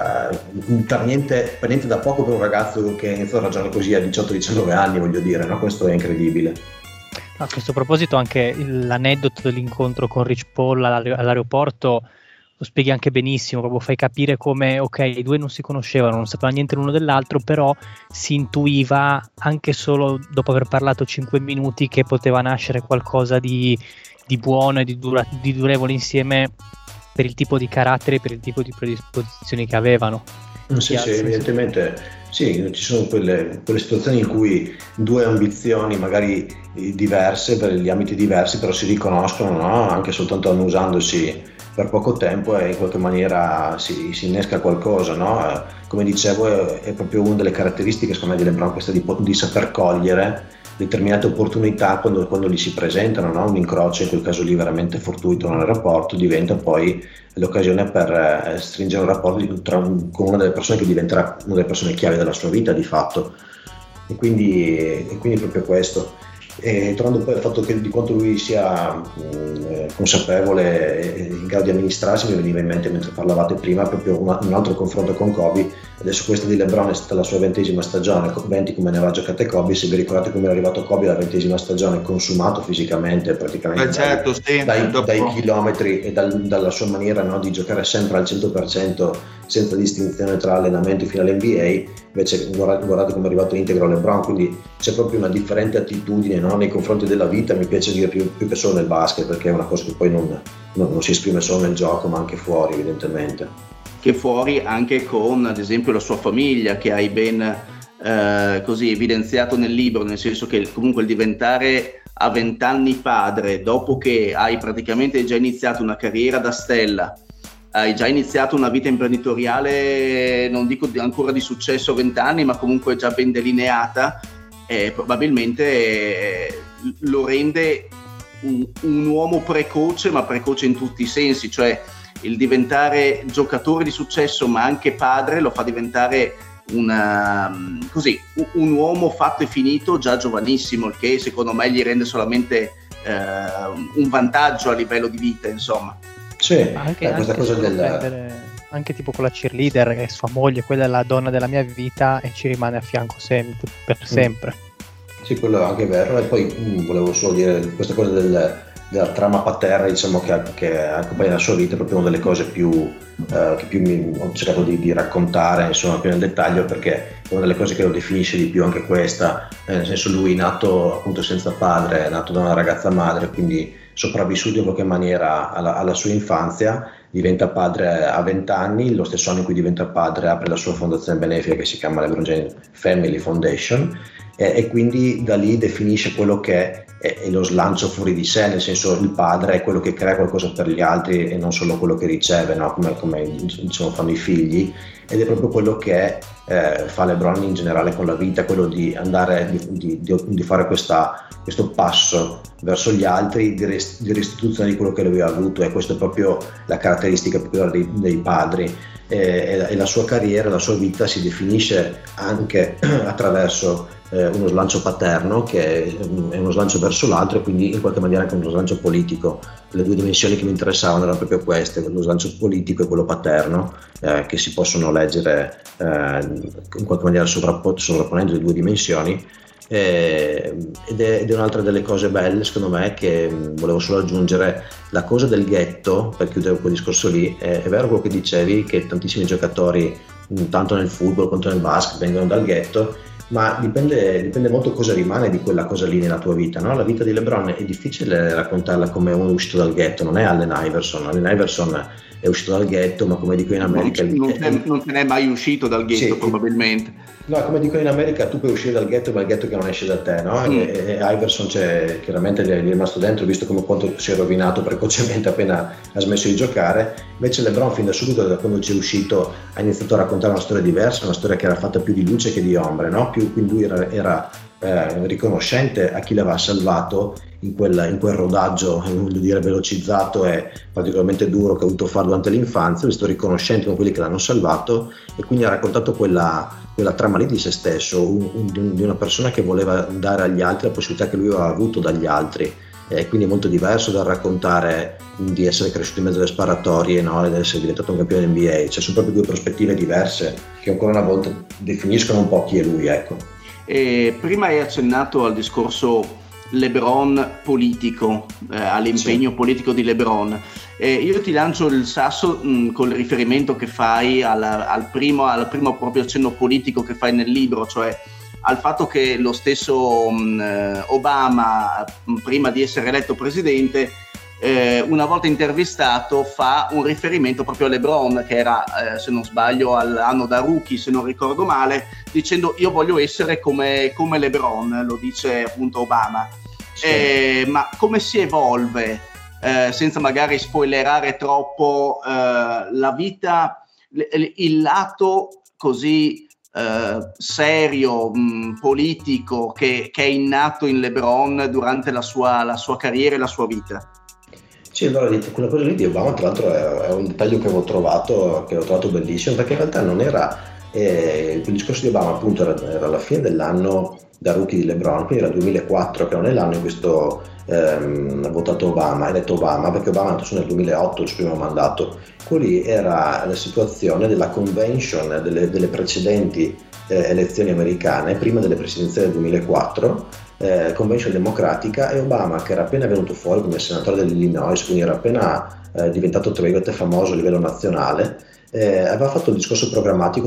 per niente da poco per un ragazzo che iniziò a ragionare così a 18-19 anni, voglio dire, no? Questo è incredibile. A questo proposito anche l'aneddoto dell'incontro con Rich Paul all'aeroporto lo spieghi anche benissimo, proprio fai capire come, ok, i due non si conoscevano, non sapevano niente l'uno dell'altro, però si intuiva anche solo dopo aver parlato 5 minuti che poteva nascere qualcosa di buono e di durevole insieme, per il tipo di carattere, per il tipo di predisposizioni che avevano. Sì, evidentemente sì, ci sono quelle situazioni in cui due ambizioni magari diverse, per gli ambiti diversi, però si riconoscono, no? Anche soltanto annusandosi per poco tempo, e in qualche maniera si innesca qualcosa, no? Come dicevo, è proprio una delle caratteristiche secondo me di LeBron, questa di saper cogliere determinate opportunità quando gli si presentano, no? Un incrocio, in quel caso lì veramente fortuito nell'aeroporto, diventa poi l'occasione per stringere un rapporto con una delle persone che diventerà una delle persone chiave della sua vita di fatto, e quindi proprio questo. E tornando poi al fatto di quanto lui sia consapevole e in grado di amministrarsi, mi veniva in mente mentre parlavate prima proprio un altro confronto con Kobe. Adesso questa di LeBron è stata la sua 20ª stagione, 20 come ne aveva giocate Kobe. Se vi ricordate come era arrivato Kobe alla 20ª stagione, consumato fisicamente praticamente dai chilometri e dalla sua maniera, no, di giocare sempre al 100% senza distinzione tra allenamento fino all'NBA. Invece guardate come è arrivato integro LeBron, quindi c'è proprio una differente attitudine, no, nei confronti della vita. Mi piace dire più che solo nel basket, perché è una cosa che poi non si esprime solo nel gioco ma anche fuori, evidentemente. Che fuori anche con ad esempio la sua famiglia, che hai ben così evidenziato nel libro, nel senso che comunque il diventare a 20 anni padre, dopo che hai praticamente già iniziato una carriera da stella, hai già iniziato una vita imprenditoriale, non dico ancora di successo a 20 anni, ma comunque già ben delineata, probabilmente lo rende un uomo precoce, ma precoce in tutti i sensi, cioè il diventare giocatore di successo ma anche padre lo fa diventare un uomo fatto e finito già giovanissimo, il che secondo me gli rende solamente un vantaggio a livello di vita, insomma. Sì, anche questa cosa anche tipo con la cheerleader, che è sua moglie, quella è la donna della mia vita e ci rimane a fianco per sempre. Sì, quello è anche vero. E poi volevo solo dire questa cosa della trama paterna, diciamo, che accompagna la sua vita, è proprio una delle cose che più ho cercato di raccontare, insomma, più nel dettaglio, perché è una delle cose che lo definisce di più anche questa, nel senso, lui nato appunto senza padre, nato da una ragazza madre, quindi sopravvissuto in qualche maniera alla sua infanzia, diventa padre a 20 anni, lo stesso anno in cui diventa padre apre la sua fondazione benefica che si chiama LeBron James Family Foundation, e quindi da lì definisce quello che è lo slancio fuori di sé, nel senso, il padre è quello che crea qualcosa per gli altri e non solo quello che riceve, no? come diciamo fanno i figli, ed è proprio quello che fa LeBron in generale con la vita, quello di andare di fare questo passo verso gli altri di restituzione di quello che lui ha avuto, e questa è proprio la caratteristica peculiare dei padri. E la sua carriera, la sua vita si definisce anche attraverso uno slancio paterno, che è uno slancio verso l'altro, e quindi in qualche maniera anche uno slancio politico. Le due dimensioni che mi interessavano erano proprio queste, lo slancio politico e quello paterno, che si possono leggere in qualche maniera sovrapponendo le due dimensioni. Ed è un'altra delle cose belle, secondo me, che volevo solo aggiungere, la cosa del ghetto, per chiudere quel discorso lì. È vero quello che dicevi, che tantissimi giocatori, tanto nel football quanto nel basket, vengono dal ghetto, ma dipende molto cosa rimane di quella cosa lì nella tua vita, no? La vita di LeBron è difficile raccontarla come uno uscito dal ghetto, non è Allen Iverson è uscito dal ghetto, ma come dico in America non se n'è mai uscito dal ghetto, sì, probabilmente. No, come dico in America, tu puoi uscire dal ghetto, ma il ghetto che non esce da te, no? E Iverson chiaramente gli è rimasto dentro, visto come quanto si è rovinato precocemente appena ha smesso di giocare. Invece LeBron, fin da subito, da quando c'è uscito, ha iniziato a raccontare una storia diversa, una storia che era fatta più di luce che di ombre, no? Quindi lui era riconoscente a chi l'aveva salvato in quel rodaggio, voglio dire, velocizzato e particolarmente duro che ha dovuto fare durante l'infanzia. Lui è stato riconoscente con quelli che l'hanno salvato, e quindi ha raccontato quella trama lì di se stesso, di una persona che voleva dare agli altri la possibilità che lui aveva avuto dagli altri, e quindi è molto diverso dal raccontare di essere cresciuto in mezzo alle sparatorie, no? Ed essere diventato un campione NBA. Cioè, sono proprio due prospettive diverse che ancora una volta definiscono un po' chi è lui, ecco. Prima hai accennato al discorso LeBron politico, all'impegno politico di LeBron. Io ti lancio il sasso col riferimento che fai al primo proprio accenno politico che fai nel libro, cioè al fatto che lo stesso Obama, prima di essere eletto presidente, una volta intervistato fa un riferimento proprio a LeBron, che era, se non sbaglio, all'anno da rookie, se non ricordo male, dicendo: io voglio essere come LeBron, lo dice appunto Obama. Sì. Ma come si evolve, senza magari spoilerare troppo, la vita, il lato così serio, politico che è innato in LeBron durante la sua carriera e la sua vita? Sì, allora quella cosa lì di Obama, tra l'altro, è un dettaglio che ho trovato bellissimo, perché in realtà non era E il discorso di Obama appunto era alla fine dell'anno da rookie di LeBron, quindi era 2004, che non è l'anno in cui ha votato Obama, ha eletto Obama, perché Obama è andato nel 2008 il suo primo mandato. Quelli era la situazione della convention delle precedenti elezioni americane, prima delle presidenziali del 2004, convention democratica, e Obama, che era appena venuto fuori come senatore dell'Illinois, quindi era appena diventato tra virgolette famoso a livello nazionale, aveva fatto il discorso programmatico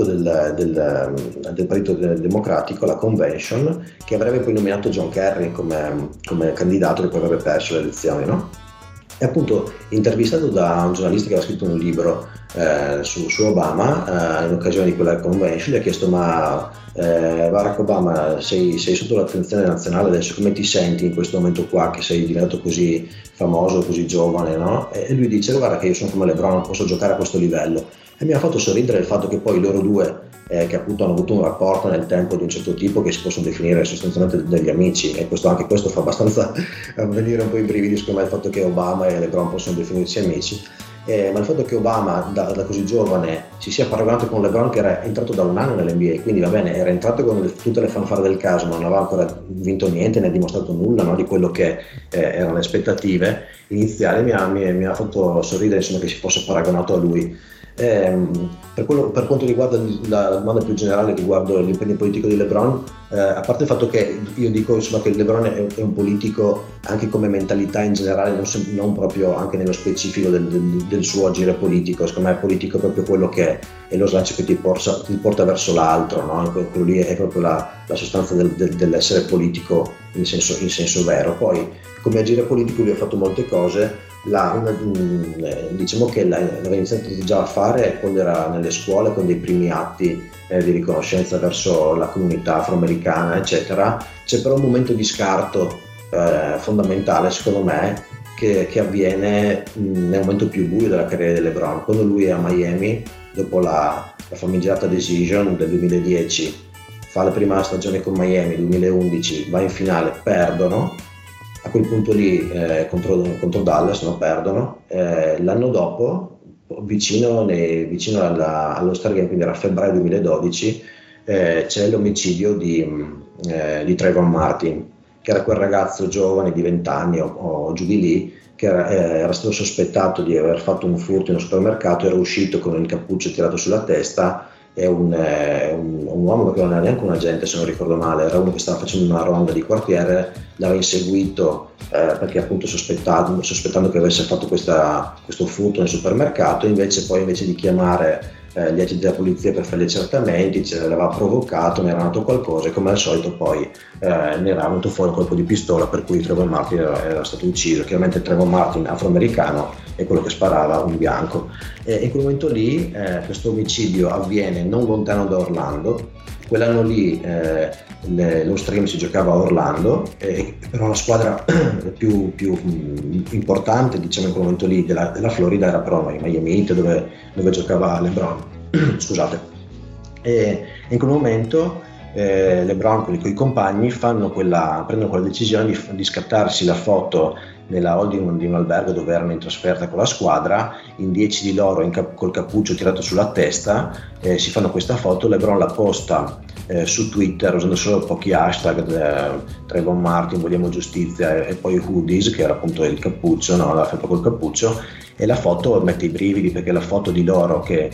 del Partito Democratico, la convention, che avrebbe poi nominato John Kerry come candidato, che poi avrebbe perso le elezioni, no? E appunto, intervistato da un giornalista che aveva scritto un libro su Obama, in occasione di quella convention, gli ha chiesto: ma Barack Obama, sei sotto l'attenzione nazionale adesso, come ti senti in questo momento qua che sei diventato così famoso, così giovane, no? E lui dice: guarda che io sono come LeBron, non posso giocare a questo livello. E mi ha fatto sorridere il fatto che poi loro due, che appunto hanno avuto un rapporto nel tempo di un certo tipo, che si possono definire sostanzialmente degli amici, e anche questo fa abbastanza venire un po' i brividi, secondo me, il fatto che Obama e LeBron possono definirsi amici. Ma il fatto che Obama da così giovane si sia paragonato con LeBron, che era entrato da un anno nell'NBA, quindi va bene, era entrato con tutte le fanfare del caso, ma non aveva ancora vinto niente, né dimostrato nulla, no, di quello che erano le aspettative iniziali, mi ha fatto sorridere, insomma, che si fosse paragonato a lui. Per quanto riguarda la domanda più generale riguardo l'impegno politico di LeBron, a parte il fatto che io dico, insomma, che LeBron è un politico anche come mentalità in generale, non proprio anche nello specifico del suo agire politico. Secondo me è politico proprio quello che è lo slancio che ti porta verso l'altro, no? Quello lì è proprio la sostanza dell'essere politico in senso vero. Poi come agire politico lui ha fatto molte cose. Diciamo che l'aveva iniziato già a fare quando era nelle scuole, con dei primi atti di riconoscenza verso la comunità afroamericana, eccetera. C'è però un momento di scarto fondamentale, secondo me, che avviene nel momento più buio della carriera di LeBron, quando lui è a Miami dopo la famigerata decision del 2010, fa la prima stagione con Miami, 2011 va in finale, perdono. A quel punto lì contro Dallas, no, perdono. L'anno dopo, vicino allo Star Game, quindi era febbraio 2012, c'è l'omicidio di Trayvon Martin, che era quel ragazzo giovane di 20 anni o giù di lì, che era stato sospettato di aver fatto un furto in un supermercato, era uscito con il cappuccio tirato sulla testa. È un uomo che non era neanche un agente, se non ricordo male, era uno che stava facendo una ronda di quartiere, l'aveva inseguito perché appunto sospettando che avesse fatto questo furto nel supermercato. Invece di chiamare gli agenti della polizia per fare gli accertamenti, l'aveva provocato, ne era nato qualcosa, e come al solito poi ne era venuto fuori un colpo di pistola, per cui Trayvon Martin era stato ucciso. Chiaramente Trayvon Martin, afroamericano, è quello che sparava, un bianco. E in quel momento lì questo omicidio avviene non lontano da Orlando. Quell'anno lì lo Stream si giocava a Orlando, però la squadra più importante, diciamo, in quel momento lì della Florida era però Miami Heat, dove giocava LeBron. Scusate. E in quel momento LeBron con i compagni prendono quella decisione di scattarsi la foto nella hall di un albergo dove erano in trasferta con la squadra. In 10 di loro col cappuccio tirato sulla testa si fanno questa foto. LeBron la posta su Twitter usando solo pochi hashtag, Trayvon Martin, vogliamo giustizia, e poi Hoodies, che era appunto il cappuccio, no? La felpa col cappuccio. E la foto mette i brividi, perché la foto di loro che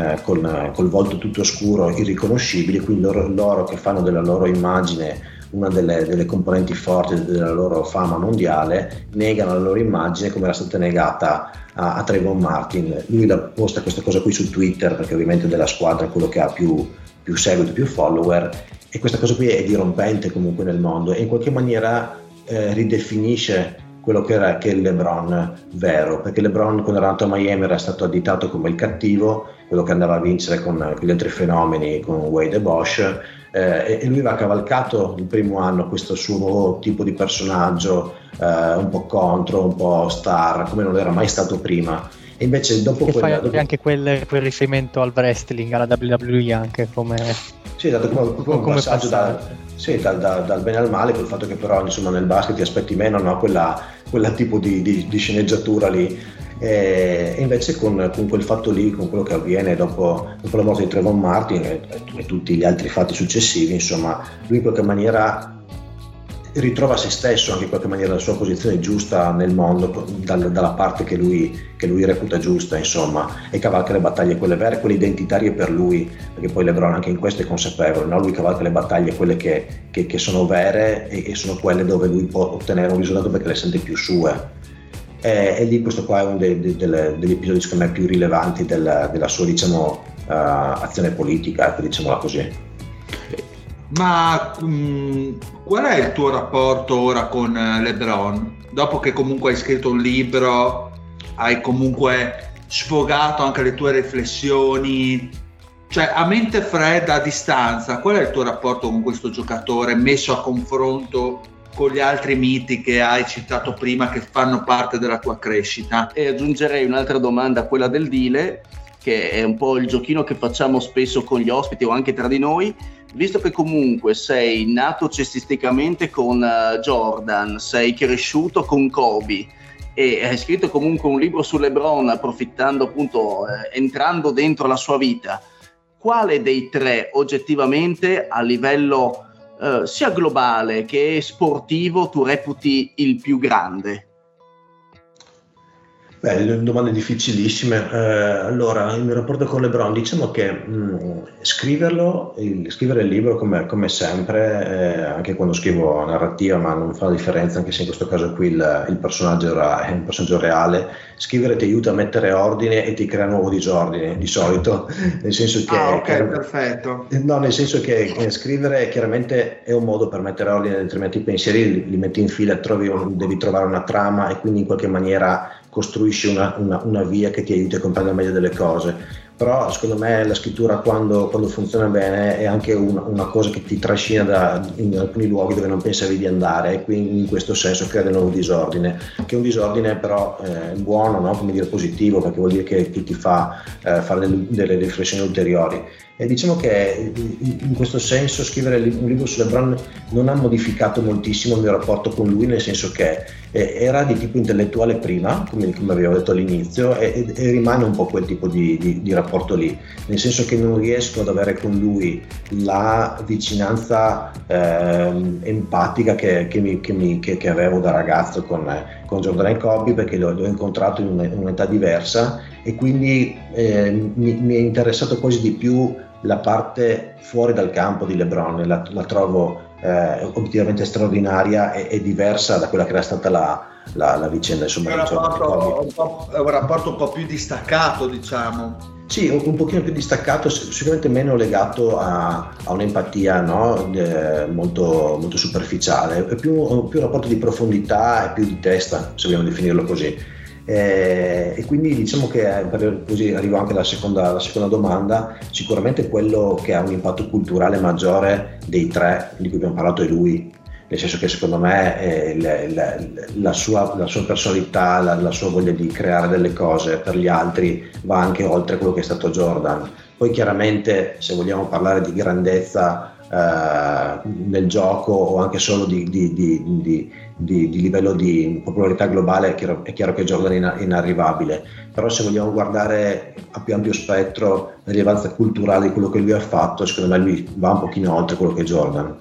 col volto tutto scuro, irriconoscibili, quindi loro che fanno della loro immagine una delle componenti forti della loro fama mondiale, negano la loro immagine come era stata negata a Trayvon Martin. Lui la posta questa cosa qui su Twitter, perché ovviamente della squadra è quello che ha più seguito, più follower, e questa cosa qui è dirompente comunque nel mondo, e in qualche maniera ridefinisce quello che è il LeBron vero, perché LeBron, quando era nato a Miami, era stato additato come il cattivo, quello che andava a vincere con gli altri fenomeni, con Wade e Bosch, e lui aveva cavalcato il primo anno questo suo nuovo tipo di personaggio, un po' contro, un po' star, come non era mai stato prima. E invece dopo anche quel riferimento al wrestling, alla WWE, anche come sì, dato come passaggio dal bene al male, col fatto che però, insomma, nel basket ti aspetti meno, no? Quella tipo di sceneggiatura lì. E invece con quel fatto lì, con quello che avviene dopo la morte di Trayvon Martin e tutti gli altri fatti successivi, insomma, lui in qualche maniera ritrova se stesso, anche in qualche maniera la sua posizione giusta nel mondo, dalla parte che lui reputa giusta, insomma, e cavalca le battaglie, quelle vere, quelle identitarie per lui, perché poi LeBron anche in questo è consapevole, no? Lui cavalca le battaglie, quelle che sono vere e sono quelle dove lui può ottenere un risultato perché le sente più sue. E lì questo qua è uno degli episodi secondo me più rilevanti della sua, diciamo, azione politica, ecco, diciamola così. Ma qual è il tuo rapporto ora con LeBron? Dopo che comunque hai scritto un libro, hai comunque sfogato anche le tue riflessioni, cioè a mente fredda, a distanza, qual è il tuo rapporto con questo giocatore messo a confronto con gli altri miti che hai citato prima, che fanno parte della tua crescita? E aggiungerei un'altra domanda a quella del Dile, che è un po' il giochino che facciamo spesso con gli ospiti o anche tra di noi. Visto che comunque sei nato cestisticamente con Jordan, sei cresciuto con Kobe e hai scritto comunque un libro su LeBron, approfittando appunto, entrando dentro la sua vita, quale dei tre oggettivamente a livello sia globale che sportivo tu reputi il più grande? Beh, domande difficilissime. Allora, il mio rapporto con LeBron, diciamo che scrivere il libro come sempre, anche quando scrivo narrativa, ma non fa la differenza, anche se in questo caso qui il personaggio è un personaggio reale, scrivere ti aiuta a mettere ordine e ti crea nuovo disordine, di solito, nel senso che... perfetto. No, nel senso che scrivere chiaramente è un modo per mettere ordine, determinati pensieri, li metti in fila, devi trovare una trama e quindi in qualche maniera costruisci una via che ti aiuti a comprendere meglio delle cose. Però secondo me la scrittura quando funziona bene è anche una cosa che ti trascina in alcuni luoghi dove non pensavi di andare, e quindi in questo senso crea del nuovo disordine, che è un disordine però buono, no? Come dire, positivo, perché vuol dire che ti fa fare delle riflessioni ulteriori. E diciamo che in questo senso scrivere un libro su LeBron non ha modificato moltissimo il mio rapporto con lui, nel senso che era di tipo intellettuale prima, come avevo detto all'inizio, e rimane un po' quel tipo di rapporto lì, nel senso che non riesco ad avere con lui la vicinanza empatica che avevo da ragazzo con Jordan e Kobe, perché l'ho incontrato in un'età diversa, e quindi mi è interessato quasi di più la parte fuori dal campo di LeBron. La trovo obiettivamente straordinaria e diversa da quella che era stata la vicenda, insomma. È un rapporto un po' più distaccato, diciamo. Sì, un pochino più distaccato, sicuramente meno legato a un'empatia, no? Molto, molto superficiale, è più un rapporto di profondità e più di testa, se vogliamo definirlo così. E quindi diciamo che così arrivo anche alla seconda domanda. Sicuramente quello che ha un impatto culturale maggiore dei tre di cui abbiamo parlato è lui, nel senso che secondo me la sua personalità, la sua voglia di creare delle cose per gli altri va anche oltre quello che è stato Jordan. Poi chiaramente, se vogliamo parlare di grandezza nel gioco o anche solo di livello di popolarità globale, è chiaro che Jordan è inarrivabile, però se vogliamo guardare a più ampio spettro la rilevanza culturale di quello che lui ha fatto, secondo me lui va un pochino oltre quello che è Jordan,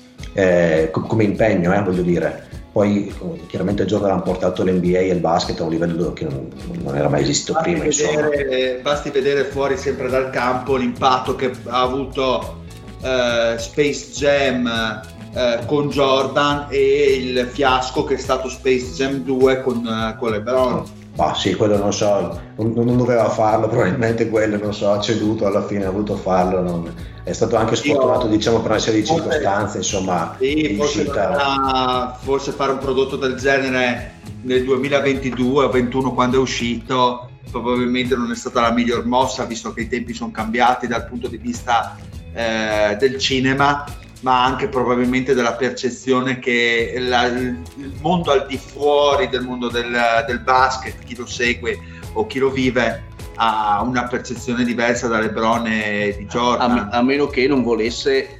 come impegno, voglio dire. Poi chiaramente Jordan ha portato l'NBA e il basket a un livello che non era mai esistito prima. Basti vedere fuori sempre dal campo l'impatto che ha avuto Space Jam con Jordan e il fiasco che è stato Space Jam 2 con LeBron. Sì, quello non so, non doveva farlo, probabilmente quello, non so, ha ceduto alla fine, ha voluto farlo, è stato anche sfortunato, diciamo, per una serie di circostanze, insomma. Sì, forse fare un prodotto del genere nel 2022 o 2021, quando è uscito, probabilmente non è stata la miglior mossa, visto che i tempi sono cambiati dal punto di vista del cinema, ma anche probabilmente della percezione che il mondo al di fuori del mondo del basket, chi lo segue o chi lo vive, ha una percezione diversa da LeBron e di Jordan. A meno che non volesse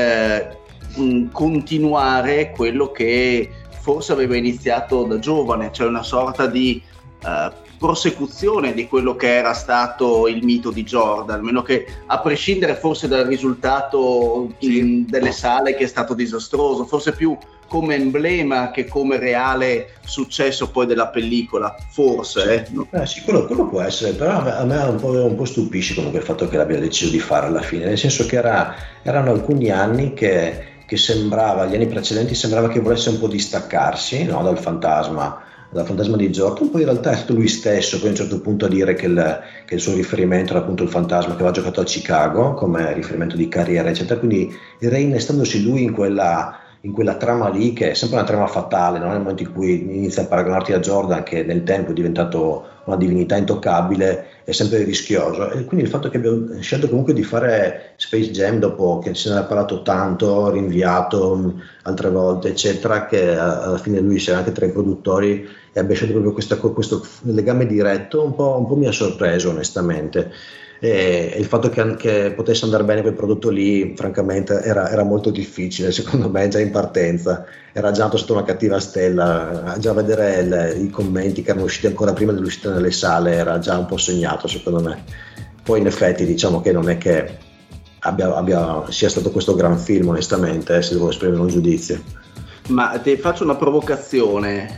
continuare quello che forse aveva iniziato da giovane, cioè una sorta di prosecuzione di quello che era stato il mito di Jordan, almeno che a prescindere forse dal risultato delle sale, che è stato disastroso, forse più come emblema che come reale successo poi della pellicola, forse. Sì, quello può essere, però a me un po' stupisce comunque il fatto che l'abbia deciso di fare alla fine, nel senso che erano alcuni anni che sembrava, gli anni precedenti sembrava che volesse un po' distaccarsi, no, dal fantasma di Jordan. Poi in realtà è stato lui stesso poi a un certo punto a dire che il suo riferimento era appunto il fantasma, che aveva giocato a Chicago come riferimento di carriera eccetera, quindi reinnestandosi lui in quella trama lì, che è sempre una trama fatale, no? Nel momento in cui inizia a paragonarti a Jordan, che nel tempo è diventato una divinità intoccabile, è sempre rischioso. E quindi il fatto che abbia scelto comunque di fare Space Jam dopo che se ne era parlato tanto, rinviato altre volte eccetera, che alla fine lui sia anche tra i produttori e abbia scelto proprio questo legame diretto, un po' mi ha sorpreso onestamente. E il fatto che potesse andare bene quel prodotto lì francamente era molto difficile, secondo me, già in partenza era già sotto una cattiva stella, già vedere i commenti che erano usciti ancora prima dell'uscita nelle sale era già un po' segnato secondo me. Poi in effetti diciamo che non è che sia stato questo gran film onestamente, se devo esprimere un giudizio. Ma ti faccio una provocazione,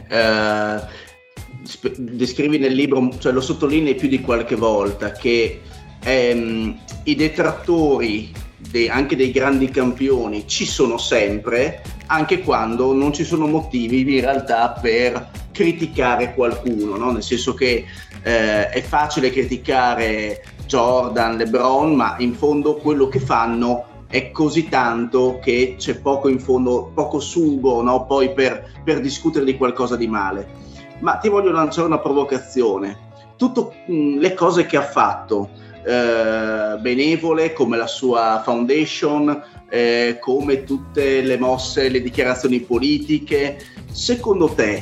descrivi nel libro, cioè lo sottolinei più di qualche volta, che i detrattori anche dei grandi campioni ci sono sempre, anche quando non ci sono motivi in realtà per criticare qualcuno, no? Nel senso che è facile criticare Jordan, LeBron, ma in fondo quello che fanno è così tanto che c'è poco in fondo, poco sugo, no? Poi per discutere di qualcosa di male. Ma ti voglio lanciare una provocazione. Tutte le cose che ha fatto, benevole come la sua foundation, come tutte le mosse, le dichiarazioni politiche, secondo te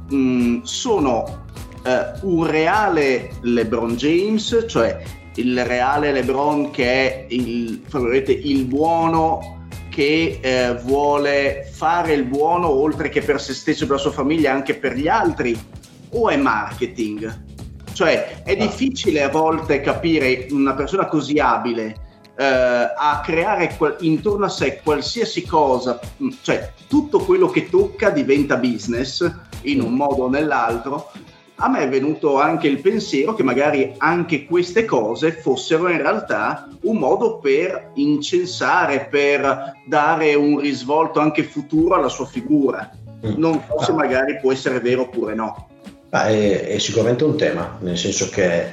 sono un reale LeBron James, cioè il reale LeBron che è il buono, che vuole fare il buono oltre che per se stesso e per la sua famiglia anche per gli altri, o è marketing? Cioè è difficile a volte capire una persona così abile a creare intorno a sé qualsiasi cosa, cioè tutto quello che tocca diventa business in un modo o nell'altro. A me è venuto anche il pensiero che magari anche queste cose fossero in realtà un modo per incensare, per dare un risvolto anche futuro alla sua figura. Non so se magari può essere vero oppure no. È sicuramente un tema, nel senso che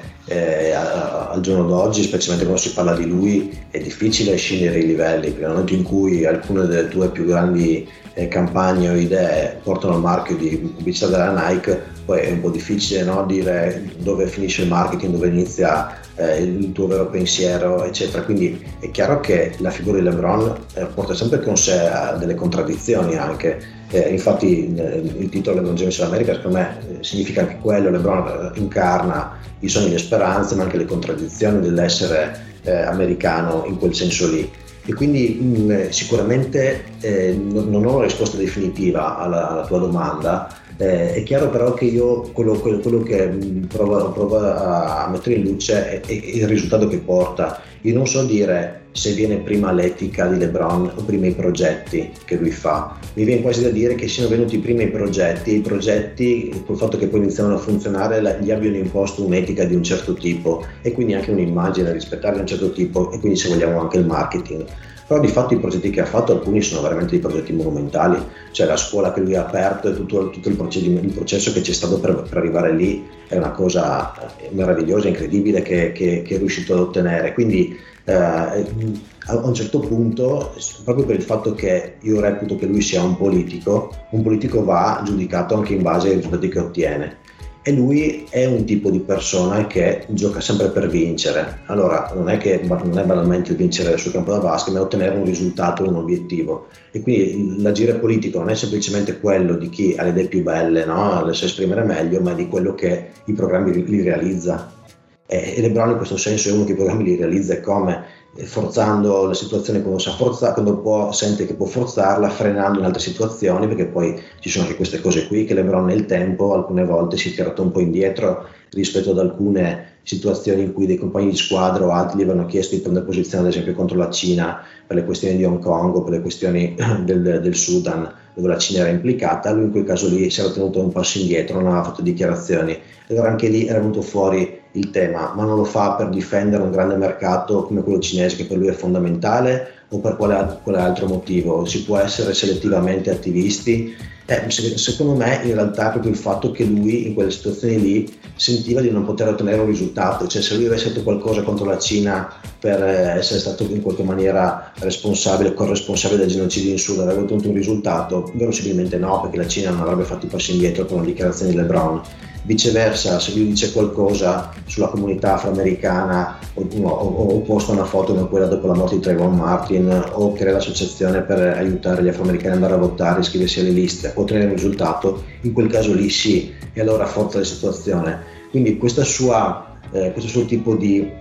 al giorno d'oggi, specialmente quando si parla di lui, è difficile scendere i livelli, perché nel momento in cui alcune delle tue più grandi campagne o idee portano al marchio di pubblicità della Nike, poi è un po' difficile, no, dire dove finisce il marketing, dove inizia il tuo vero pensiero eccetera. Quindi è chiaro che la figura di LeBron porta sempre con sé delle contraddizioni anche. Infatti il titolo LeBron James dell'America secondo me significa anche quello. LeBron incarna i sogni e le speranze, ma anche le contraddizioni dell'essere americano in quel senso lì. E quindi sicuramente non ho una risposta definitiva alla tua domanda. È chiaro però che io quello che provo a mettere in luce è il risultato che porta. Io non so dire se viene prima l'etica di LeBron o prima i progetti che lui fa. Mi viene quasi da dire che siano venuti prima i progetti, col fatto che poi iniziano a funzionare, gli abbiano imposto un'etica di un certo tipo e quindi anche un'immagine da rispettare di un certo tipo, e quindi se vogliamo anche il marketing. Però di fatto i progetti che ha fatto, alcuni sono veramente dei progetti monumentali, cioè la scuola che lui ha aperto e tutto il processo che c'è stato per arrivare lì è una cosa meravigliosa, incredibile che è riuscito ad ottenere. Quindi a un certo punto, proprio per il fatto che io reputo che lui sia un politico va giudicato anche in base ai risultati che ottiene. E lui è un tipo di persona che gioca sempre per vincere. Allora non è banalmente vincere sul campo da basket, ma ottenere un risultato, un obiettivo. E quindi l'agire politico non è semplicemente quello di chi ha le idee più belle, no? Le sa esprimere meglio, ma di quello che i programmi li realizza. E LeBron in questo senso è uno che i programmi li realizza, e come? Forzando la situazione quando sa forzare, quando sente che può forzarla, frenando in altre situazioni, perché poi ci sono anche queste cose qui che LeBron nel tempo alcune volte si è tirato un po' indietro rispetto ad alcune situazioni in cui dei compagni di squadra o altri gli avevano chiesto di prendere posizione, ad esempio contro la Cina per le questioni di Hong Kong o per le questioni del Sudan, dove la Cina era implicata. Lui in quel caso lì si era tenuto un passo indietro, non aveva fatto dichiarazioni. Allora anche lì era venuto fuori il tema, ma non lo fa per difendere un grande mercato come quello cinese, che per lui è fondamentale, o per quale altro motivo? Si può essere selettivamente attivisti? Secondo me in realtà è proprio il fatto che lui in quelle situazioni lì sentiva di non poter ottenere un risultato, cioè se lui avesse fatto qualcosa contro la Cina per essere stato in qualche maniera responsabile, corresponsabile del genocidio in Sud, avrebbe ottenuto un risultato? Verosimilmente no, perché la Cina non avrebbe fatto i passi indietro con la dichiarazione di LeBron. Viceversa, se lui dice qualcosa sulla comunità afroamericana o posta una foto come quella dopo la morte di Trayvon Martin, o crea l'associazione per aiutare gli afroamericani ad andare a votare, iscriversi alle liste, può ottenere un risultato, in quel caso lì sì, e allora rafforza la situazione. Quindi questo suo tipo di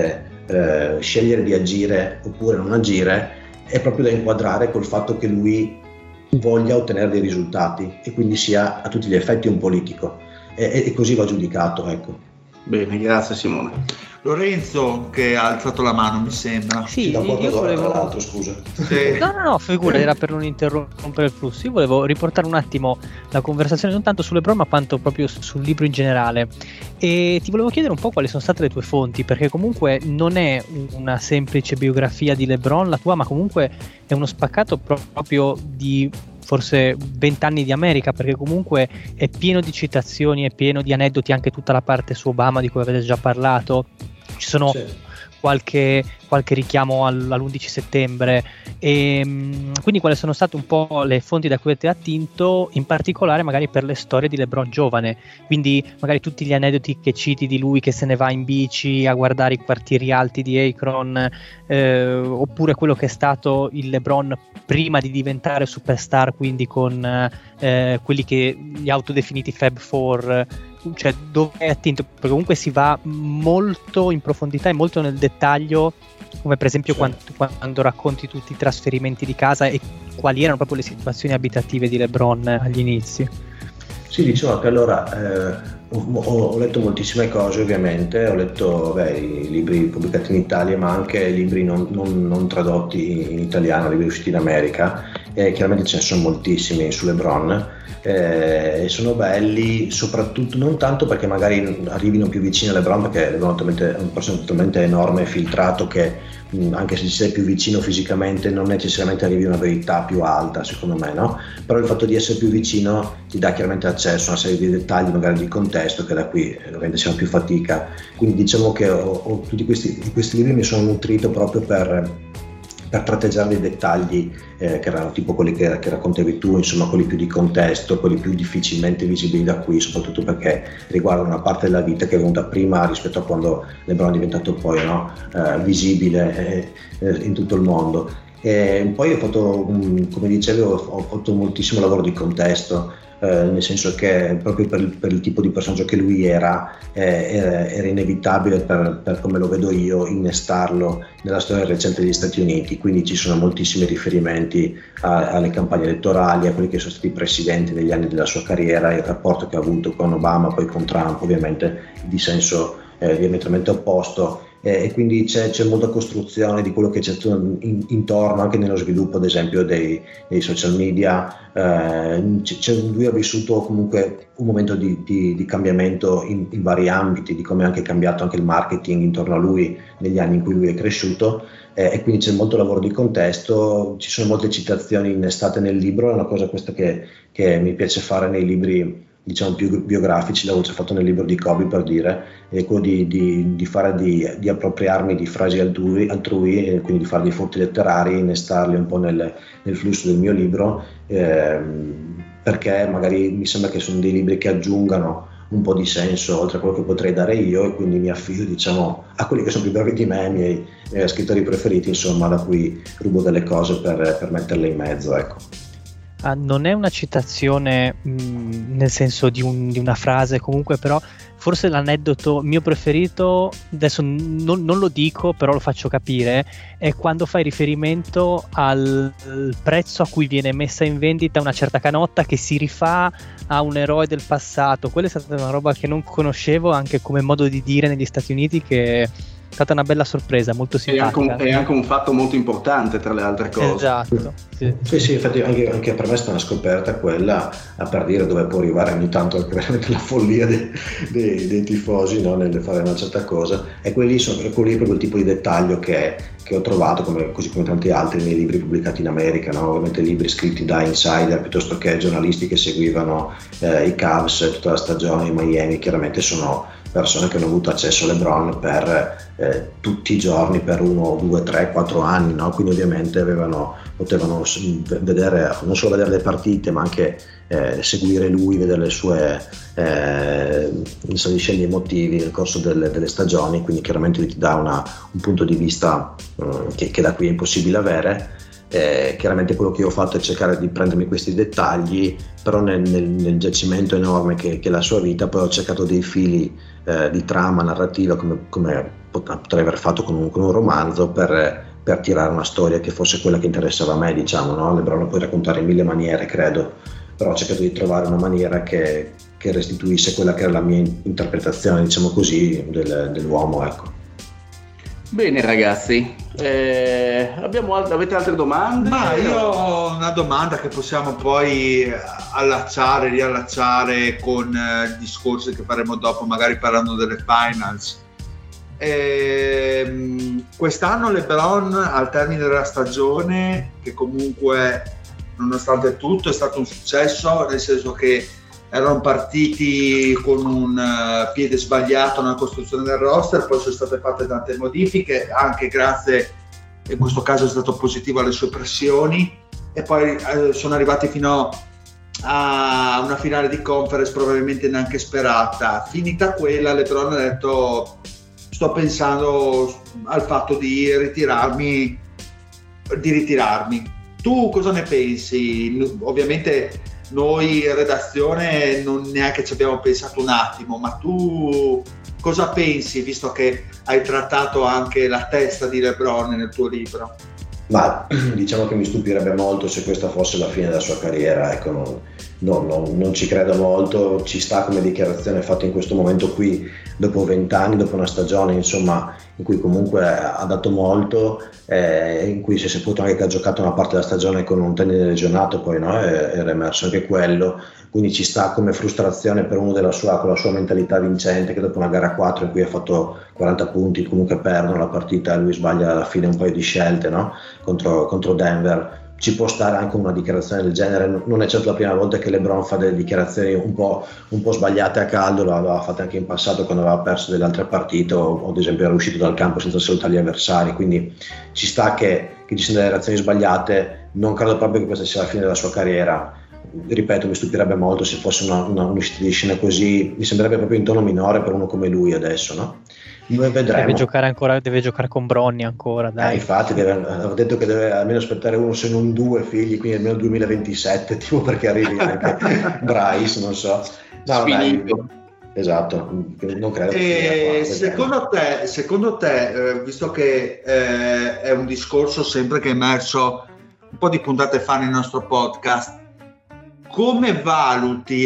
scegliere di agire oppure non agire è proprio da inquadrare col fatto che lui voglia ottenere dei risultati e quindi sia a tutti gli effetti un politico. E così va giudicato, ecco. Bene, grazie Simone. Lorenzo che ha alzato la mano, mi sembra. Sì, da io volevo... tra l'altro, scusa. Sì. No, figura, era per non interrompere il flusso. Io volevo riportare un attimo la conversazione non tanto sulle LeBron, ma quanto proprio sul libro in generale. E ti volevo chiedere un po' quali sono state le tue fonti, perché comunque non è una semplice biografia di LeBron la tua, ma comunque è uno spaccato proprio di forse 20 anni di America, perché comunque è pieno di citazioni, è pieno di aneddoti, anche tutta la parte su Obama di cui avete già parlato. Ci sono qualche richiamo all'11 settembre e quindi quali sono state un po' le fonti da cui avete attinto, in particolare magari per le storie di LeBron giovane, quindi magari tutti gli aneddoti che citi di lui che se ne va in bici a guardare i quartieri alti di Akron, oppure quello che è stato il LeBron prima di diventare superstar, quindi con quelli che gli autodefiniti Fab Four, cioè dove è attinto, perché comunque si va molto in profondità e molto nel dettaglio, come per esempio quando racconti tutti i trasferimenti di casa e quali erano proprio le situazioni abitative di LeBron agli inizi. Sì, diciamo che allora ho letto moltissime cose, ovviamente, ho letto i libri pubblicati in Italia, ma anche libri non tradotti in italiano, libri usciti in America, chiaramente ce ne sono moltissimi su LeBron, e sono belli, soprattutto non tanto perché magari arrivino più vicino a LeBron, perché LeBron è un personaggio talmente enorme e filtrato che anche se ci sei più vicino fisicamente non necessariamente arrivi a una verità più alta, secondo me, no? Però il fatto di essere più vicino ti dà chiaramente accesso a una serie di dettagli, magari di contesto, che da qui ovviamente siamo più fatica. Quindi diciamo che tutti questi libri mi sono nutrito proprio per tratteggiare dei dettagli che erano tipo quelli che raccontavi tu, insomma quelli più di contesto, quelli più difficilmente visibili da qui, soprattutto perché riguardano una parte della vita che è venuta prima rispetto a quando LeBron è diventato poi visibile in tutto il mondo. E poi ho fatto, come dicevo, ho fatto moltissimo lavoro di contesto, nel senso che proprio per il tipo di personaggio che lui era inevitabile, per come lo vedo io, innestarlo nella storia recente degli Stati Uniti. Quindi ci sono moltissimi riferimenti alle campagne elettorali, a quelli che sono stati i presidenti negli anni della sua carriera, il rapporto che ha avuto con Obama, poi con Trump, ovviamente di senso diametralmente opposto. E quindi c'è molta costruzione di quello che c'è intorno, anche nello sviluppo ad esempio dei social media. Lui ha vissuto comunque un momento di cambiamento in vari ambiti, di come è anche cambiato anche il marketing intorno a lui negli anni in cui lui è cresciuto, e quindi c'è molto lavoro di contesto, ci sono molte citazioni innestate nel libro. È una cosa questa che mi piace fare nei libri, diciamo, più biografici. L'avevo già fatto nel libro di Kobe, per dire, è quello di appropriarmi di frasi altrui, e quindi di fare dei furti letterari, innestarli un po' nel flusso del mio libro, perché magari mi sembra che sono dei libri che aggiungano un po' di senso oltre a quello che potrei dare io, e quindi mi affido, diciamo, a quelli che sono più bravi di me, i miei scrittori preferiti, insomma, da cui rubo delle cose per metterle in mezzo, ecco. non è una citazione nel senso di una frase, comunque, però forse l'aneddoto mio preferito, adesso non lo dico, però lo faccio capire, è quando fai riferimento al prezzo a cui viene messa in vendita una certa canotta che si rifà a un eroe del passato. Quella è stata una roba che non conoscevo, anche come modo di dire negli Stati Uniti, che è stata una bella sorpresa, molto simpatica. È anche un fatto molto importante tra le altre cose. Esatto. Sì, infatti anche per me è stata una scoperta quella, a per dire dove può arrivare ogni tanto veramente la follia dei tifosi, no? Nel fare una certa cosa, e quelli sono proprio il tipo di dettaglio che ho trovato, così come tanti altri nei libri pubblicati in America, no? Ovviamente libri scritti da insider piuttosto che giornalisti che seguivano i Cavs tutta la stagione in Miami. Chiaramente sono persone che hanno avuto accesso a LeBron per tutti i giorni per 1, 2, 3, 4 anni, no? Quindi ovviamente potevano vedere, non solo vedere le partite, ma anche seguire lui, vedere le sue scegli emotivi nel corso delle stagioni. Quindi chiaramente ti dà un punto di vista che da qui è impossibile avere. Chiaramente quello che io ho fatto è cercare di prendermi questi dettagli, però nel giacimento enorme che è la sua vita, poi ho cercato dei fili di trama narrativa come potrei aver fatto con un romanzo per tirare una storia che fosse quella che interessava a me, diciamo, no? LeBron lo puoi raccontare in 1000 maniere, credo, però ho cercato di trovare una maniera che restituisse quella che era la mia interpretazione, diciamo così, dell'uomo, ecco. Bene ragazzi, avete altre domande? Ma io ho una domanda che possiamo poi riallacciare con discorsi che faremo dopo, magari parlando delle finals. Quest'anno LeBron al termine della stagione, che comunque nonostante tutto è stato un successo, nel senso che erano partiti con un piede sbagliato nella costruzione del roster, poi sono state fatte tante modifiche, anche grazie, in questo caso è stato positivo, alle sue pressioni, e poi sono arrivati fino a una finale di conference probabilmente neanche sperata. Finita quella, LeBron ha detto: sto pensando al fatto di ritirarmi. Tu cosa ne pensi? Ovviamente noi in redazione non neanche ci abbiamo pensato un attimo, ma tu cosa pensi, visto che hai trattato anche la testa di LeBron nel tuo libro? Ma diciamo che mi stupirebbe molto se questa fosse la fine della sua carriera, ecco, non ci credo molto. Ci sta come dichiarazione fatta in questo momento qui, dopo 20 anni, dopo una stagione insomma in cui comunque ha dato molto, in cui si è saputo anche che ha giocato una parte della stagione con un tendine legionato, poi no, era emerso anche quello, quindi ci sta come frustrazione per uno con la sua mentalità vincente, che dopo una gara 4 in cui ha fatto 40 punti comunque perdono la partita e lui sbaglia alla fine un paio di scelte, no? contro Denver. Ci può stare anche una dichiarazione del genere, non è certo la prima volta che LeBron fa delle dichiarazioni un po' sbagliate a caldo, l'aveva fatta anche in passato quando aveva perso delle altre partite o ad esempio era uscito dal campo senza salutare gli avversari, quindi ci sta che ci siano delle reazioni sbagliate. Non credo proprio che questa sia la fine della sua carriera, ripeto, mi stupirebbe molto se fosse un'uscita di scena così, mi sembrerebbe proprio in tono minore per uno come lui adesso, no? Vedremo. Deve giocare con Bronny ancora, dai. Infatti avevo detto che deve almeno aspettare uno se non 2 figli, quindi almeno 2027 tipo, perché arrivi anche Bryce, non so. No, dai, esatto, non credo che secondo te, visto che è un discorso sempre che è emerso un po' di puntate fa nel nostro podcast, come valuti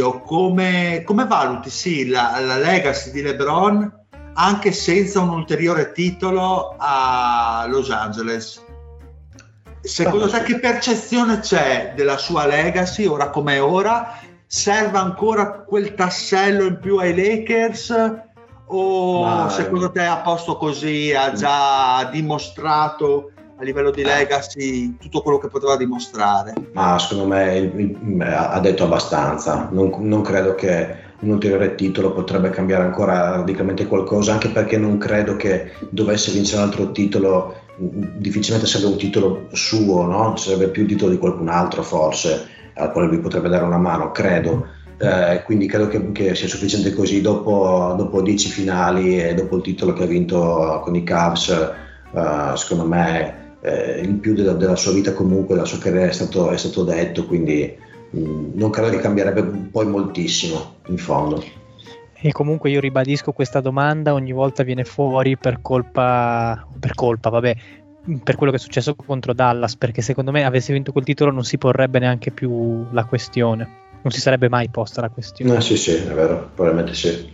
sì la legacy di LeBron anche senza un ulteriore titolo a Los Angeles? Secondo te che percezione c'è della sua legacy ora come ora? Serve ancora quel tassello in più ai Lakers o secondo te a posto così, ha già dimostrato a livello di legacy tutto quello che poteva dimostrare? Ma secondo me ha detto abbastanza, non credo che un ulteriore titolo potrebbe cambiare ancora radicalmente qualcosa, anche perché non credo che dovesse vincere un altro titolo, difficilmente sarebbe un titolo suo, no? Sarebbe più il titolo di qualcun altro forse, al quale lui potrebbe dare una mano, credo. Quindi credo che sia sufficiente così. Dopo 10 finali e dopo il titolo che ha vinto con i Cavs, secondo me il più della sua vita, comunque della sua carriera è stato detto, quindi non credo che cambierebbe poi moltissimo in fondo. E comunque io ribadisco questa domanda, ogni volta viene fuori per colpa, vabbè, per quello che è successo contro Dallas, perché secondo me avesse vinto quel titolo non si porrebbe neanche più la questione, non si sarebbe mai posta la questione. Sì, è vero, probabilmente sì.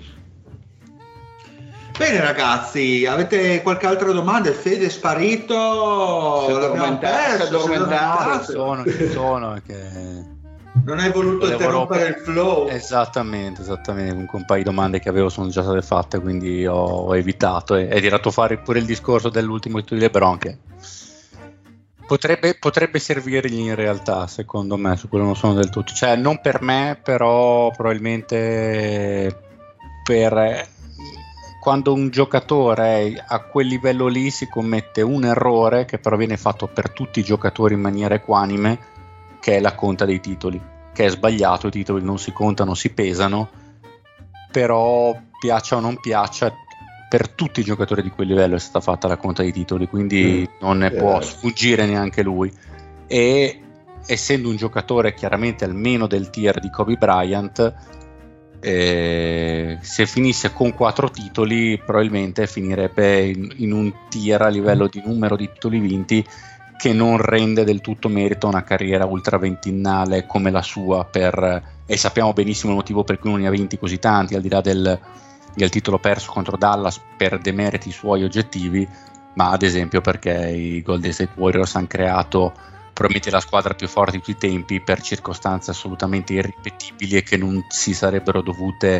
Bene ragazzi, avete qualche altra domanda? Il Fede è sparito, l'abbiamo perso, ci sono che... Non hai voluto interrompere il flow. Esattamente, comunque un paio di domande che avevo sono già state fatte, quindi ho evitato e tirato fuori pure il discorso dell'ultimo titolo di LeBron, che potrebbe servirgli in realtà, secondo me, su quello non sono del tutto, cioè non per me, però probabilmente per quando un giocatore a quel livello lì si commette un errore che però viene fatto per tutti i giocatori in maniera equanime, che è la conta dei titoli, che è sbagliato, i titoli non si contano, si pesano, però piaccia o non piaccia, per tutti i giocatori di quel livello è stata fatta la conta dei titoli, quindi non ne può sfuggire neanche lui, e essendo un giocatore chiaramente almeno del tier di Kobe Bryant, se finisse con 4 titoli probabilmente finirebbe in un tier a livello di numero di titoli vinti che non rende del tutto merito a una carriera ultra ventennale come la sua, e sappiamo benissimo il motivo per cui non ne ha vinti così tanti, al di là del titolo perso contro Dallas per demeriti suoi oggettivi, ma ad esempio perché i Golden State Warriors hanno creato probabilmente la squadra più forte di tutti i tempi per circostanze assolutamente irripetibili e che non si sarebbero dovute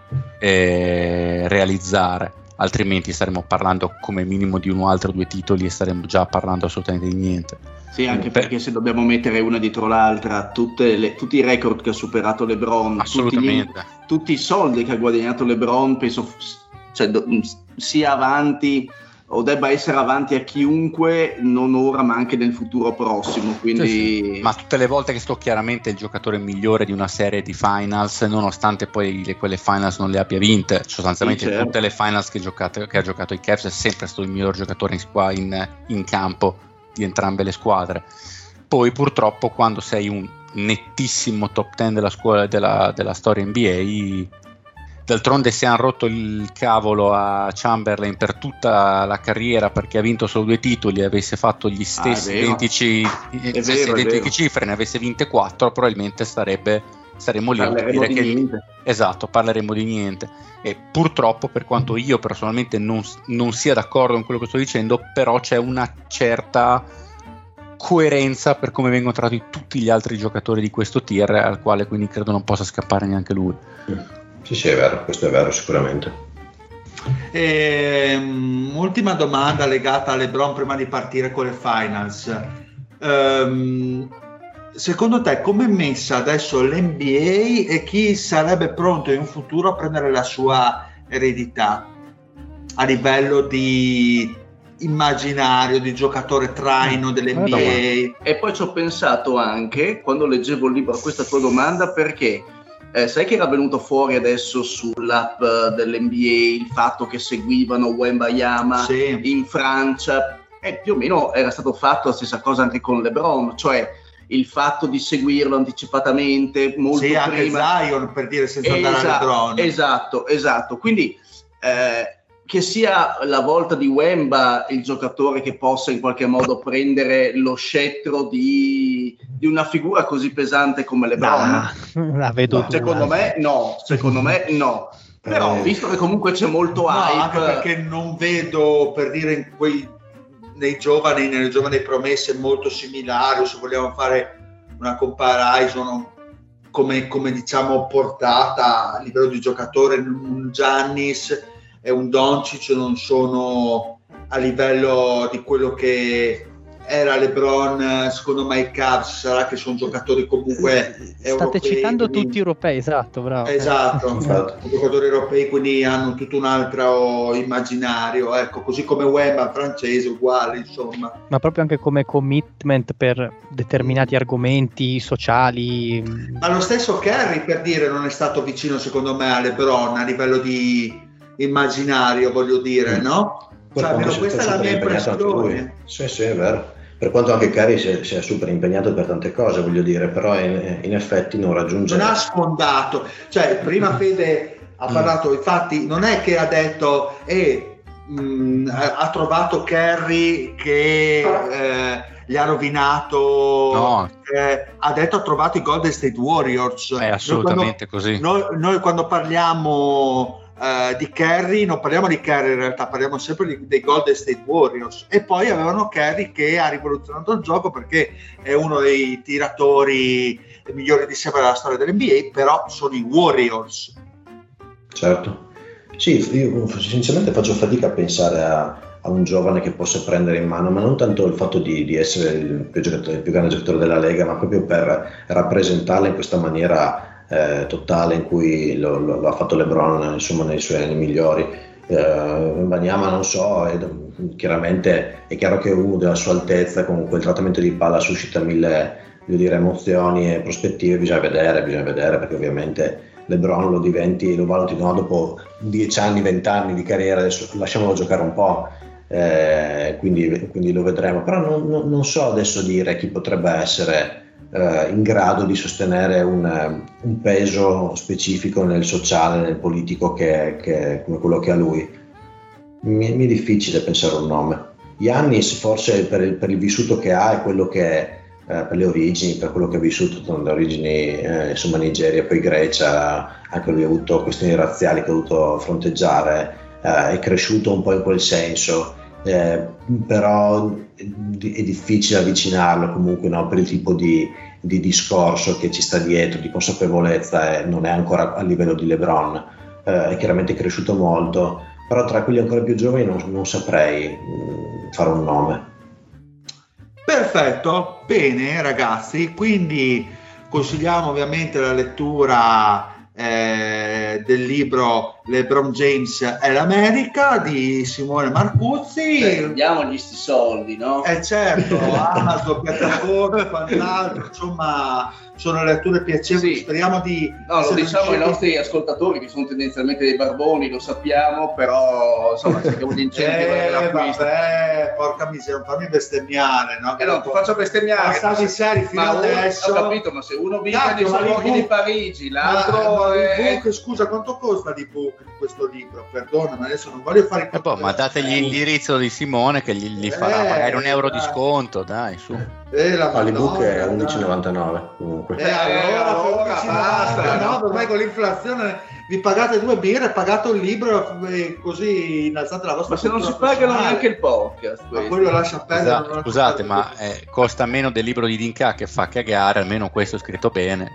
realizzare, altrimenti staremmo parlando come minimo di uno o altro 2 titoli e staremmo già parlando assolutamente di niente. Sì, anche perché se dobbiamo mettere una dietro l'altra tutti i record che ha superato LeBron, assolutamente tutti i soldi che ha guadagnato LeBron, penso sia avanti o debba essere avanti a chiunque, non ora ma anche nel futuro prossimo, quindi sì. Ma tutte le volte che sto chiaramente il giocatore migliore di una serie di finals, nonostante poi quelle finals non le abbia vinte, sostanzialmente certo. Tutte le finals che ha giocato i Cavs è sempre stato il miglior giocatore in campo di entrambe le squadre. Poi purtroppo quando sei un nettissimo top 10 della scuola della storia NBA, d'altronde se hanno rotto il cavolo a Chamberlain per tutta la carriera perché ha vinto solo 2 titoli e avesse fatto gli stessi identici cifre, ne avesse vinte 4, probabilmente staremmo lì a dire che esatto, parleremo di niente. E purtroppo, per quanto io personalmente non sia d'accordo con quello che sto dicendo, però c'è una certa coerenza per come vengono trattati tutti gli altri giocatori di questo tier, al quale quindi credo non possa scappare neanche lui. Sì, è vero, questo è vero sicuramente. Ultima domanda legata a LeBron prima di partire con le finals. Secondo te come è messa adesso l'NBA e chi sarebbe pronto in un futuro a prendere la sua eredità a livello di immaginario, di giocatore traino dell'NBA? E poi ci ho pensato anche quando leggevo il libro a questa tua domanda, perché sai che era venuto fuori adesso sull'app dell'NBA il fatto che seguivano Wembanyama in Francia, e più o meno era stato fatto la stessa cosa anche con LeBron, cioè il fatto di seguirlo anticipatamente molto prima. Anche Zion, per dire, senza andare a LeBron. Esatto, quindi che sia la volta di Wemba il giocatore che possa in qualche modo prendere lo scettro di una figura così pesante come LeBron. La vedo secondo me no. Però visto che comunque c'è molto hype, anche perché non vedo, per dire, nelle giovani promesse molto similari, o se vogliamo fare una comparison come diciamo portata a livello di giocatore, un Giannis e un Doncic non sono a livello di quello che era LeBron. Secondo me i Cavs sarà che sono giocatori comunque europei. State citando tutti europei, esatto, bravo. Esatto, giocatori europei, quindi hanno tutto un altro immaginario, ecco, così come Wemba francese, uguale, insomma. Ma proprio anche come commitment per determinati argomenti sociali. Ma lo stesso Curry, per dire, non è stato vicino secondo me a LeBron a livello di immaginario, voglio dire, no? Cioè, almeno questa è la mia impressione. Sì, è vero. per quanto anche Curry sia super impegnato per tante cose, voglio dire, però in effetti non raggiunge. Non ha sfondato, cioè prima Fede ha parlato, infatti non è che ha detto ha trovato Curry che gli ha rovinato, no. Ha detto ha trovato i Golden State Warriors. È assolutamente così. Noi quando parliamo di Curry non parliamo di Curry, in realtà parliamo sempre dei Golden State Warriors, e poi avevano Curry che ha rivoluzionato il gioco perché è uno dei tiratori migliori di sempre della storia dell'NBA, però sono i Warriors. Certo, sì, io sinceramente faccio fatica a pensare a un giovane che possa prendere in mano, ma non tanto il fatto di essere il più grande giocatore della Lega, ma proprio per rappresentarla in questa maniera totale in cui lo ha fatto LeBron, insomma, nei suoi anni migliori. Wembanyama non so, chiaramente è chiaro che uno della sua altezza con quel trattamento di palla suscita mille, voglio dire, emozioni e prospettive. Bisogna vedere perché ovviamente LeBron lo valuti dopo 10 anni, 20 anni di carriera, adesso lasciamolo giocare un po', quindi lo vedremo, però non so adesso dire chi potrebbe essere in grado di sostenere un peso specifico nel sociale, nel politico che come quello che ha lui. Mi è difficile pensare un nome. Giannis forse per il vissuto che ha e quello che è, per le origini, per quello che ha vissuto dalle origini, insomma, Nigeria, poi Grecia, anche lui ha avuto questioni razziali che ha dovuto fronteggiare, è cresciuto un po' in quel senso, però è difficile avvicinarlo comunque, no, per il tipo di discorso che ci sta dietro, di consapevolezza, non è ancora a livello di LeBron, è chiaramente cresciuto molto, però tra quelli ancora più giovani non saprei fare un nome. Perfetto, bene ragazzi, quindi consigliamo ovviamente la lettura del libro LeBron James e l'America di Simone Marcuzzi. Diamogli sti soldi, no? Certo, Amazon, piattaforme, quant'altro, insomma sono letture piacevoli, sì. Speriamo di... No, lo diciamo ai nostri ascoltatori che sono tendenzialmente dei barboni, lo sappiamo, però insomma cerchiamo di incentivare l'acquisto. Vabbè, porca miseria, non fammi bestemmiare, no? No, ti faccio bestemmiare. Passati seri fino adesso. Ho capito, ma se uno vive nei luoghi di Parigi, l'altro scusa, quanto costa l'ebook di questo libro? Perdona, ma adesso non voglio fare il ma dategli l'indirizzo di Simone che gli farà magari €1 di sconto, dai, su. L'ebook è €11,99 comunque. Allora basta, no? Ormai con l'inflazione vi pagate 2 birre, pagate un libro e così innalzate la vostra. Ma se non si pagano neanche il podcast, ma quello lascia perdere. Scusate, ma costa meno del libro di Dinka che fa cagare, almeno questo è scritto bene.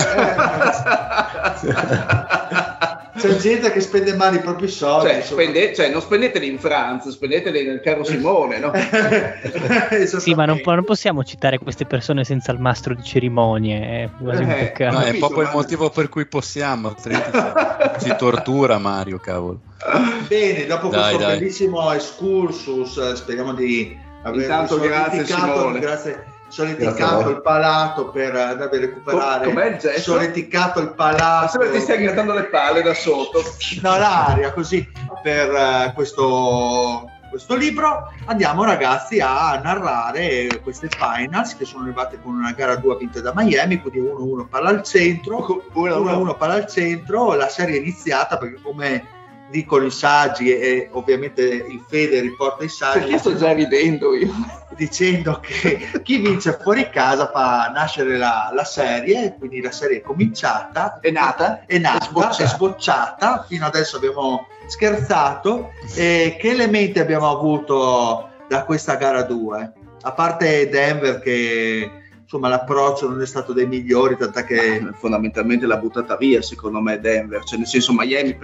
C'è gente che spende male i propri soldi, non spendeteli in Francia, spendeteli nel caro Simone, no? Sì, ma non possiamo citare queste persone senza il mastro di cerimonie, è quasi un peccato. No, è proprio il motivo per cui possiamo, altrimenti si tortura Mario, cavolo. Bene, dopo questo bellissimo excursus, speriamo di aver solleticato il palato per andare a recuperare. Com'è il gesto? Solleticato il palato. Sembra ti stai grattando le palle da sotto. No, l'aria, così per questo libro. Andiamo ragazzi a narrare queste finals che sono arrivate con una gara 2 vinta da Miami, quindi 1-1 palla al centro, 1-1 palla al centro. La serie è iniziata perché, come dicono i saggi, e ovviamente il Fede riporta i saggi, perché sto già ridendo io, dicendo che chi vince fuori casa fa nascere la serie, quindi la serie è cominciata, è nata, è sbocciata. Fino adesso abbiamo scherzato. Che elementi abbiamo avuto da questa gara 2? A parte Denver che insomma l'approccio non è stato dei migliori, tant'è che fondamentalmente l'ha buttata via secondo me Denver, cioè nel senso Miami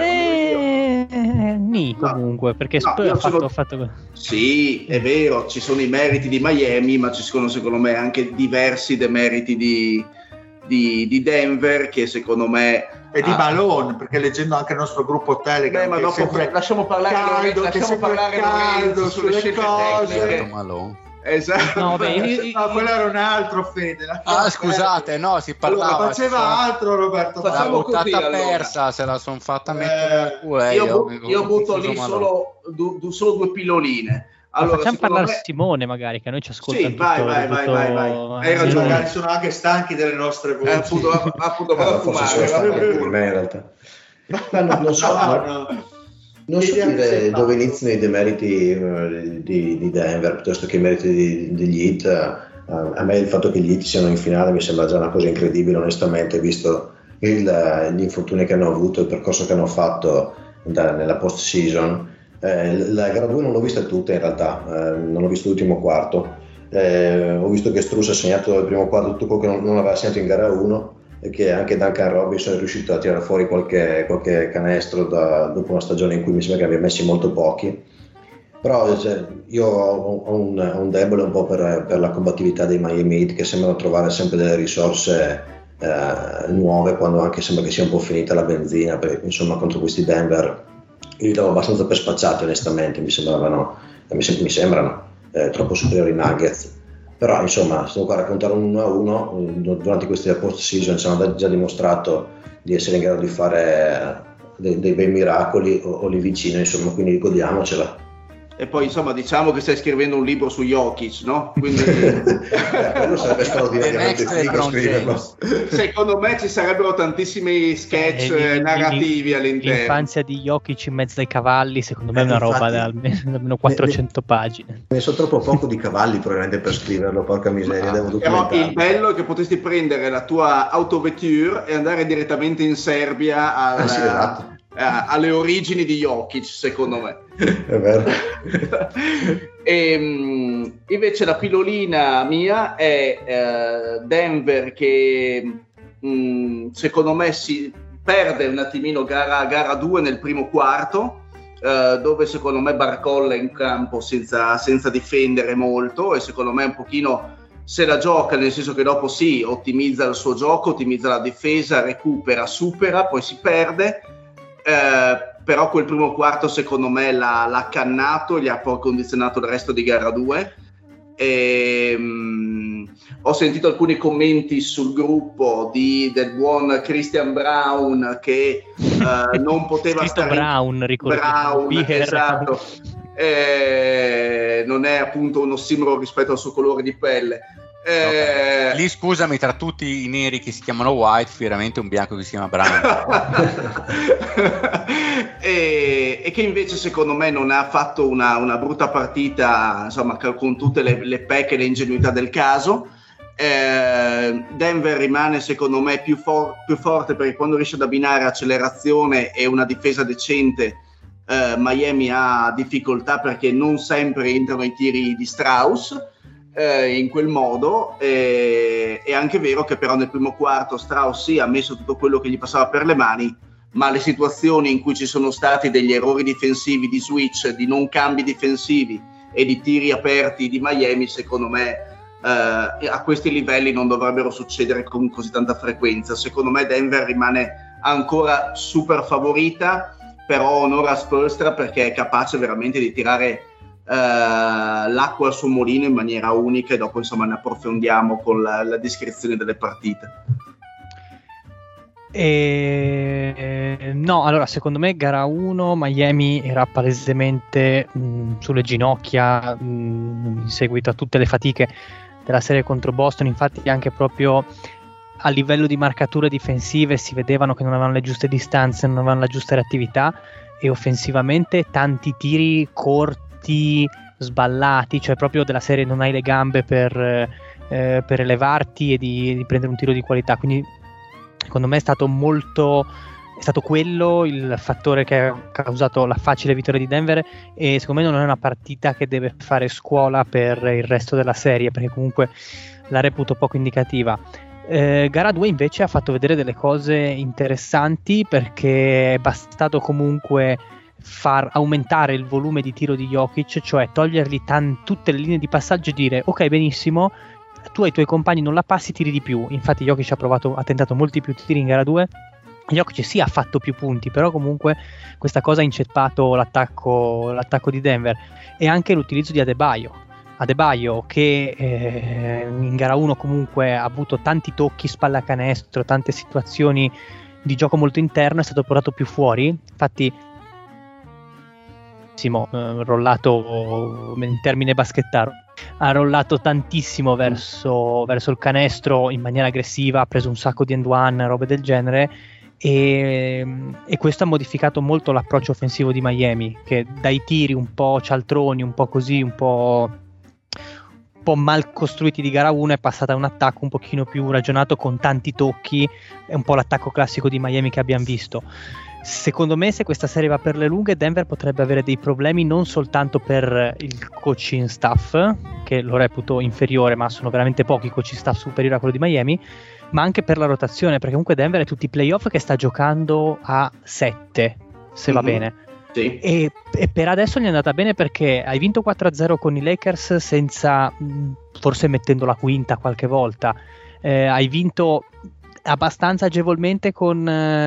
comunque perché ha fatto sì, è vero, ci sono i meriti di Miami, ma ci sono secondo me anche diversi demeriti di Denver, che secondo me e di Malone, perché leggendo anche il nostro gruppo Telegram, ma dopo lasciamo parlare Lorenzo sulle cose. Malone. Esatto, no, quello era un altro Fede. Scusate, no, si parlava. Faceva altro Roberto. La buttata persa, se la son fatta mettere nel culo. Io butto lì solo 2 pilloline. Allora, facciamo parlare Simone magari, che a noi ci ascolta. Sì, vai. Hai ragione. Magari sono anche stanchi delle nostre voci. Appunto vado a fumare. Per me in realtà. Non so. Non so dire dove iniziano i demeriti di Denver piuttosto che i meriti degli Heat. A me il fatto che gli Heat siano in finale mi sembra già una cosa incredibile, onestamente, visto gli infortuni che hanno avuto, il percorso che hanno fatto nella post-season. La gara 2 non l'ho vista tutta in realtà, non ho visto l'ultimo quarto. Ho visto che Strus ha segnato il primo quarto tutto quello che non aveva segnato in gara 1 e che anche Duncan Robinson è riuscito a tirare fuori qualche canestro dopo una stagione in cui mi sembra che abbia messi molto pochi. Però io ho un debole un po' per la combattività dei Miami Heat, che sembrano trovare sempre delle risorse nuove quando anche sembra che sia un po' finita la benzina, perché insomma contro questi Denver io li trovo abbastanza per spacciati, onestamente. Mi sembrano troppo superiori ai Nuggets. Però insomma, stiamo qua a raccontare un 1-1 durante queste post-season, ci hanno già dimostrato di essere in grado di fare dei bei miracoli o lì vicino, insomma, quindi godiamocela. E poi insomma diciamo che stai scrivendo un libro su Jokic, no? Quindi quello sarebbe straordinariamente figo scriverlo. Secondo me ci sarebbero tantissimi sketch narrativi all'interno. L'infanzia di Jokic in mezzo ai cavalli, secondo me è una roba da almeno 400 pagine. Ne so troppo poco di cavalli probabilmente per scriverlo, porca miseria, devo documentarlo. Però il bello è che potresti prendere la tua autovetture e andare direttamente in Serbia esatto. Alle origini di Jokic, secondo me. È vero. Invece la pilolina mia è Denver che secondo me si perde un attimino gara 2 nel primo quarto, dove secondo me barcolla in campo senza difendere molto, e secondo me un pochino se la gioca, nel senso che dopo sì, ottimizza il suo gioco, ottimizza la difesa, recupera, supera, poi si perde. Però quel primo quarto secondo me l'ha cannato e gli ha poi condizionato il resto di gara 2. Ho sentito alcuni commenti sul gruppo del buon Christian Braun che non poteva stare Brown, esatto. Non è appunto un ossimoro rispetto al suo colore di pelle. Okay. Lì scusami, tra tutti i neri che si chiamano White, veramente un bianco che si chiama Brown. e che invece secondo me non ha fatto una brutta partita, insomma, con tutte le pecche e le ingenuità del caso. Denver rimane secondo me più forte, perché quando riesce ad abbinare accelerazione e una difesa decente, Miami ha difficoltà perché non sempre entrano i tiri di Strauss in quel modo. È anche vero che però nel primo quarto Strauss sì ha messo tutto quello che gli passava per le mani, ma le situazioni in cui ci sono stati degli errori difensivi, di switch, di non cambi difensivi e di tiri aperti di Miami, secondo me a questi livelli non dovrebbero succedere con così tanta frequenza. Secondo me Denver rimane ancora super favorita, però onore a Spoelstra perché è capace veramente di tirare l'acqua al suo mulino in maniera unica, e dopo insomma ne approfondiamo con la descrizione delle partite. No, allora secondo me gara 1 Miami era palesemente sulle ginocchia in seguito a tutte le fatiche della serie contro Boston. Infatti anche proprio a livello di marcature difensive si vedevano che non avevano le giuste distanze, non avevano la giusta reattività, e offensivamente tanti tiri corti, sballati, cioè proprio della serie non hai le gambe per elevarti e di prendere un tiro di qualità. Quindi secondo me è stato quello il fattore che ha causato la facile vittoria di Denver, e secondo me non è una partita che deve fare scuola per il resto della serie, perché comunque la reputo poco indicativa. Gara 2 invece ha fatto vedere delle cose interessanti, perché è bastato comunque far aumentare il volume di tiro di Jokic, cioè togliergli tutte le linee di passaggio e dire ok, benissimo, tu ai tuoi compagni non la passi, tiri di più. Infatti Jokic ha tentato molti più tiri in gara 2. Jokic sì ha fatto più punti, però comunque questa cosa ha inceppato l'attacco di Denver, e anche l'utilizzo di Adebayo che in gara 1 comunque ha avuto tanti tocchi, spallacanestro, tante situazioni di gioco molto interno, è stato portato più fuori. Infatti rollato in termine baschettaro, ha rollato tantissimo verso il canestro in maniera aggressiva, ha preso un sacco di end one, robe del genere, e questo ha modificato molto l'approccio offensivo di Miami, che dai tiri un po' cialtroni, un po' così, un po' mal costruiti di gara 1 è passata a un attacco un pochino più ragionato con tanti tocchi, è un po' l'attacco classico di Miami che abbiamo visto. Secondo me, se questa serie va per le lunghe, Denver potrebbe avere dei problemi non soltanto per il coaching staff, che lo reputo inferiore, ma sono veramente pochi coaching staff superiori a quello di Miami, ma anche per la rotazione, perché comunque Denver è tutti i playoff che sta giocando a 7, se va bene. Sì. E per adesso gli è andata bene perché hai vinto 4-0 con i Lakers senza, forse mettendo la quinta qualche volta, hai vinto abbastanza agevolmente con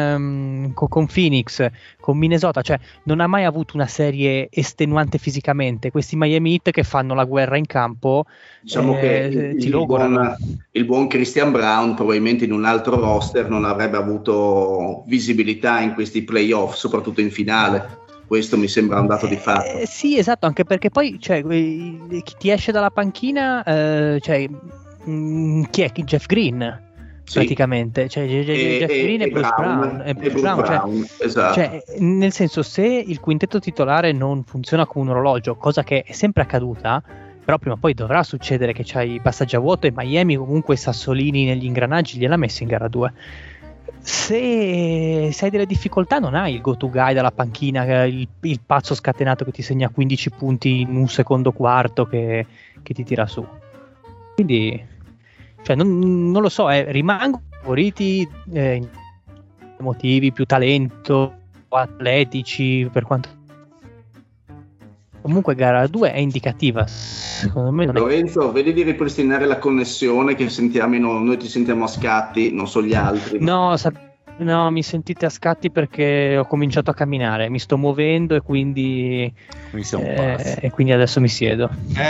Phoenix, con Minnesota, cioè non ha mai avuto una serie estenuante fisicamente. Questi Miami Heat che fanno la guerra in campo, diciamo che ti logorano. Il buon Christian Brown probabilmente in un altro roster non avrebbe avuto visibilità in questi playoff, soprattutto in finale. Questo mi sembra un dato di fatto. Sì, esatto, anche perché poi chi ti esce dalla panchina, chi è? Jeff Green. Sì. Praticamente, cioè Jeff Green e Bruce Brown, esatto. Cioè, nel senso, se il quintetto titolare non funziona come un orologio, cosa che è sempre accaduta, però prima o poi dovrà succedere che c'hai passaggi a vuoto, e Miami comunque Sassolini negli ingranaggi gliel'ha messo in gara 2. Se hai delle difficoltà, non hai il go-to guy dalla panchina, il pazzo scatenato che ti segna 15 punti in un secondo quarto che ti tira su. Quindi cioè non lo so, rimangono favoriti motivi, più talento, atletici, per quanto comunque gara 2 è indicativa, secondo me. Lorenzo, vedi di ripristinare la connessione, che sentiamo noi ti sentiamo a scatti, non so gli altri. No, mi sentite a scatti perché ho cominciato a camminare, mi sto muovendo e quindi adesso mi siedo.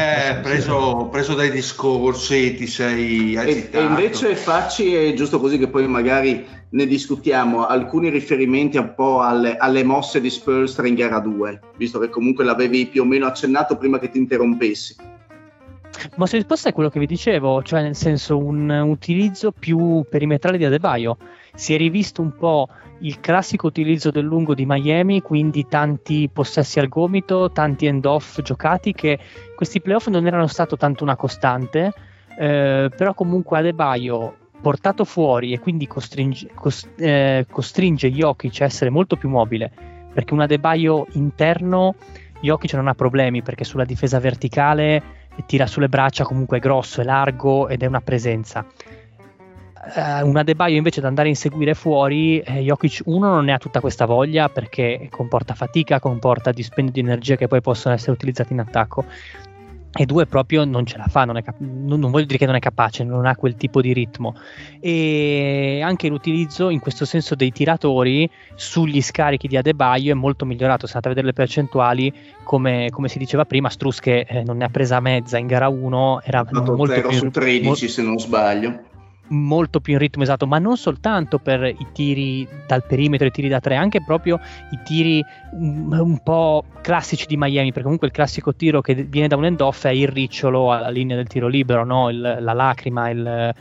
Preso dai discorsi, ti sei agitato. E invece facci, è giusto così che poi magari ne discutiamo, alcuni riferimenti un po' alle mosse di Spoelstra in gara 2, visto che comunque l'avevi più o meno accennato prima che ti interrompessi. Ma se risposta è quello che vi dicevo, cioè nel senso un utilizzo più perimetrale di Adebayo. Si è rivisto un po' il classico utilizzo del lungo di Miami, quindi tanti possessi al gomito, tanti end-off giocati, che questi playoff non erano stato tanto una costante, però comunque Adebayo portato fuori e quindi costringe Jokic a essere molto più mobile, perché un Adebayo interno Jokic non ha problemi, perché sulla difesa verticale tira sulle braccia, comunque è grosso, è largo ed è una presenza. Un Adebayo invece da andare a inseguire fuori, Jokic non ne ha tutta questa voglia, perché comporta fatica, comporta dispendio di energia che poi possono essere utilizzati in attacco, e 2 proprio non ce la fa, non voglio dire che non è capace, non ha quel tipo di ritmo. E anche l'utilizzo in questo senso dei tiratori sugli scarichi di Adebayo è molto migliorato. Se andate a vedere le percentuali, come si diceva prima, Strus che non ne ha presa mezza in gara 1, era molto 0 su 13 se non sbaglio, molto più in ritmo, esatto, ma non soltanto per i tiri dal perimetro, i tiri da 3, anche proprio i tiri un po' classici di Miami, perché comunque il classico tiro che viene da un end-off è il ricciolo alla linea del tiro libero, no? La lacrima, il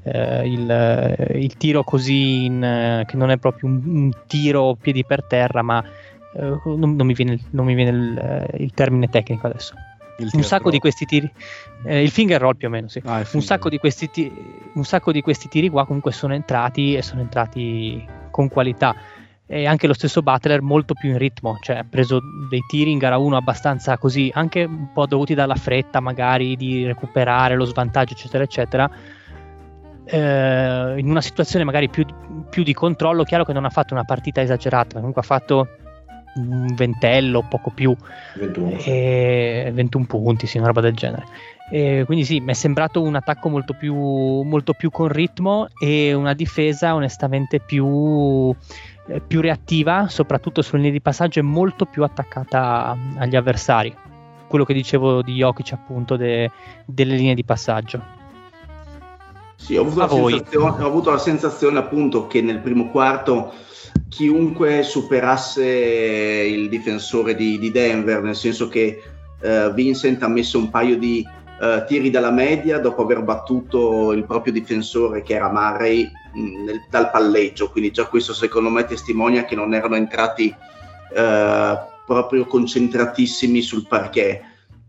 tiro così che non è proprio un tiro piedi per terra, ma non mi viene il termine tecnico adesso. Un sacco di questi tiri, il finger roll più o meno, sì. Un sacco di questi tiri qua comunque sono entrati con qualità, e anche lo stesso Butler molto più in ritmo, cioè ha preso dei tiri in gara 1 abbastanza così, anche un po' dovuti dalla fretta magari di recuperare lo svantaggio eccetera eccetera, in una situazione magari più di controllo. Chiaro che non ha fatto una partita esagerata, comunque ha fatto un ventello, poco più, 21 punti, sì, una roba del genere. Quindi sì, mi è sembrato un attacco molto più con ritmo, e una difesa onestamente più reattiva, soprattutto sulle linee di passaggio, e molto più attaccata agli avversari. Quello che dicevo di Jokic, appunto, delle linee di passaggio. Sì, ho avuto la sensazione appunto che nel primo quarto chiunque superasse il difensore di Denver, nel senso che Vincent ha messo un paio di tiri dalla media dopo aver battuto il proprio difensore, che era Murray, dal palleggio, quindi già questo secondo me testimonia che non erano entrati proprio concentratissimi sul parquet,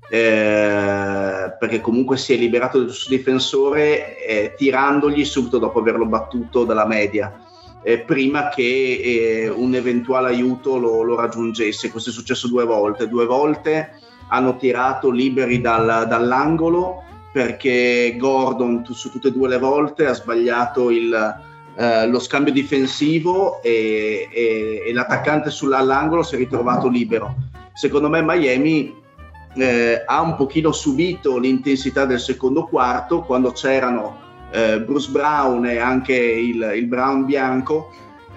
perché comunque si è liberato del suo difensore tirandogli subito dopo averlo battuto dalla media, prima che un eventuale aiuto lo raggiungesse. Questo è successo due volte hanno tirato liberi dall'angolo, perché Gordon su tutte e due le volte ha sbagliato lo scambio difensivo e l'attaccante all'angolo si è ritrovato libero. Secondo me Miami ha un pochino subito l'intensità del secondo quarto, quando c'erano Bruce Brown e anche il Brown bianco,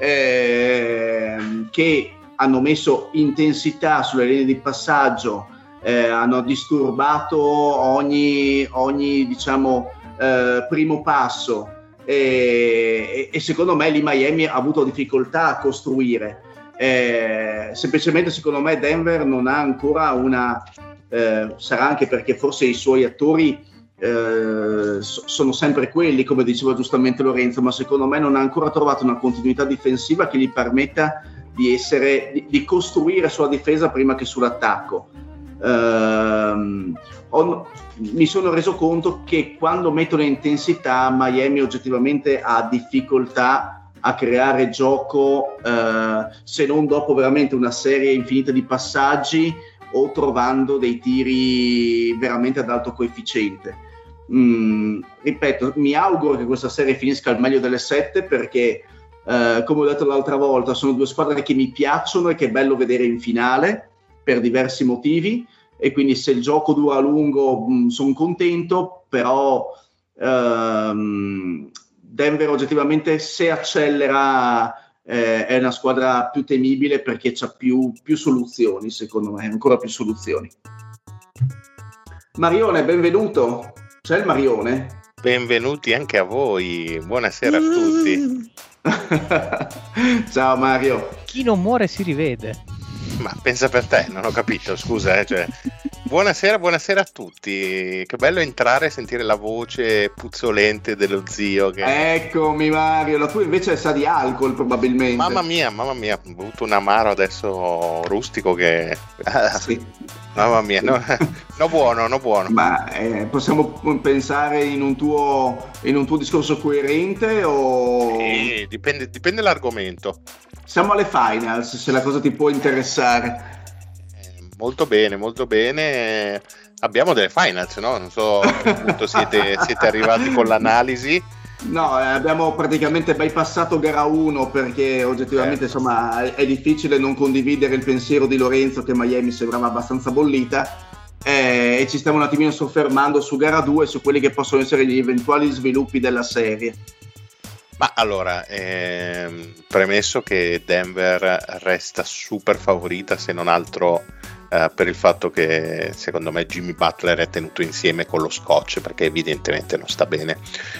che hanno messo intensità sulle linee di passaggio, hanno disturbato ogni diciamo primo passo, e secondo me lì Miami ha avuto difficoltà a costruire. Semplicemente secondo me Denver non ha ancora sarà anche perché forse i suoi attori sono sempre quelli, come diceva giustamente Lorenzo, ma secondo me non ha ancora trovato una continuità difensiva che gli permetta di costruire sulla difesa prima che sull'attacco. Mi sono reso conto che quando mettono intensità Miami oggettivamente ha difficoltà a creare gioco, se non dopo veramente una serie infinita di passaggi o trovando dei tiri veramente ad alto coefficiente. Ripeto, mi auguro che questa serie finisca al meglio delle 7, perché come ho detto l'altra volta sono due squadre che mi piacciono e che è bello vedere in finale per diversi motivi, e quindi se il gioco dura a lungo sono contento, però Denver oggettivamente, se accelera, è una squadra più temibile, perché c'ha più soluzioni, secondo me, ancora più soluzioni. Marione, benvenuto. C'è il Marione? Benvenuti anche a voi, buonasera a tutti. Ciao Mario. Chi non muore si rivede. Ma pensa per te, non ho capito, scusa, cioè. Buonasera a tutti, che bello entrare e sentire la voce puzzolente dello zio. Eccomi Mario, la tua invece sa di alcol probabilmente. Mamma mia, ho bevuto un amaro adesso rustico che... Sì. Mamma mia, no buono. Ma possiamo pensare in un tuo discorso coerente o... Dipende l'argomento. Siamo alle finals, se la cosa ti può interessare. Molto bene. Abbiamo delle finals, no? Non so a che punto siete arrivati con l'analisi. No, abbiamo praticamente bypassato gara 1, perché oggettivamente insomma è difficile non condividere il pensiero di Lorenzo che Miami sembrava abbastanza bollita, e ci stiamo un attimino soffermando su gara 2, su quelli che possono essere gli eventuali sviluppi della serie. Ma allora, premesso che Denver resta super favorita, se non altro per il fatto che secondo me Jimmy Butler è tenuto insieme con lo scotch, perché evidentemente non sta bene,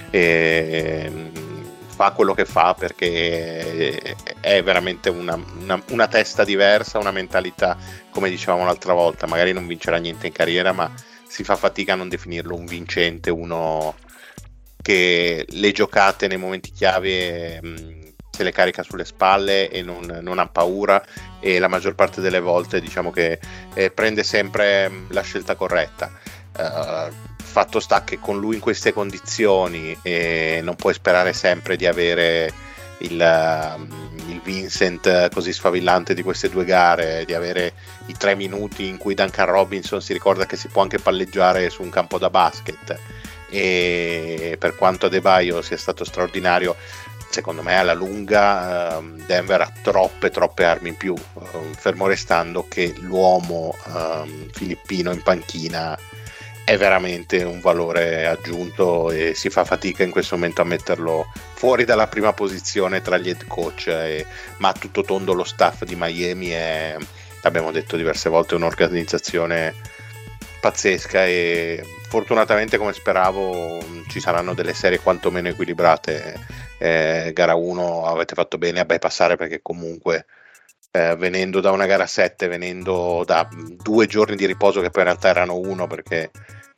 fa quello che fa perché è veramente una testa diversa, una mentalità, come dicevamo l'altra volta, magari non vincerà niente in carriera, ma si fa fatica a non definirlo un vincente, uno che le giocate nei momenti chiave se le carica sulle spalle e non ha paura, e la maggior parte delle volte diciamo che prende sempre la scelta corretta. Fatto sta che con lui in queste condizioni non puoi sperare sempre di avere il Vincent così sfavillante di queste due gare, di avere i 3 minuti in cui Duncan Robinson si ricorda che si può anche palleggiare su un campo da basket. E per quanto Adebayo sia stato straordinario, secondo me alla lunga Denver ha troppe armi in più, fermo restando che l'uomo filippino in panchina è veramente un valore aggiunto, e si fa fatica in questo momento a metterlo fuori dalla prima posizione tra gli head coach, ma a tutto tondo lo staff di Miami è, abbiamo detto diverse volte, un'organizzazione pazzesca, e fortunatamente, come speravo, ci saranno delle serie quantomeno equilibrate. Gara 1 avete fatto bene a bypassare, perché comunque venendo da una gara 7, venendo da 2 giorni di riposo che poi in realtà erano 1, perché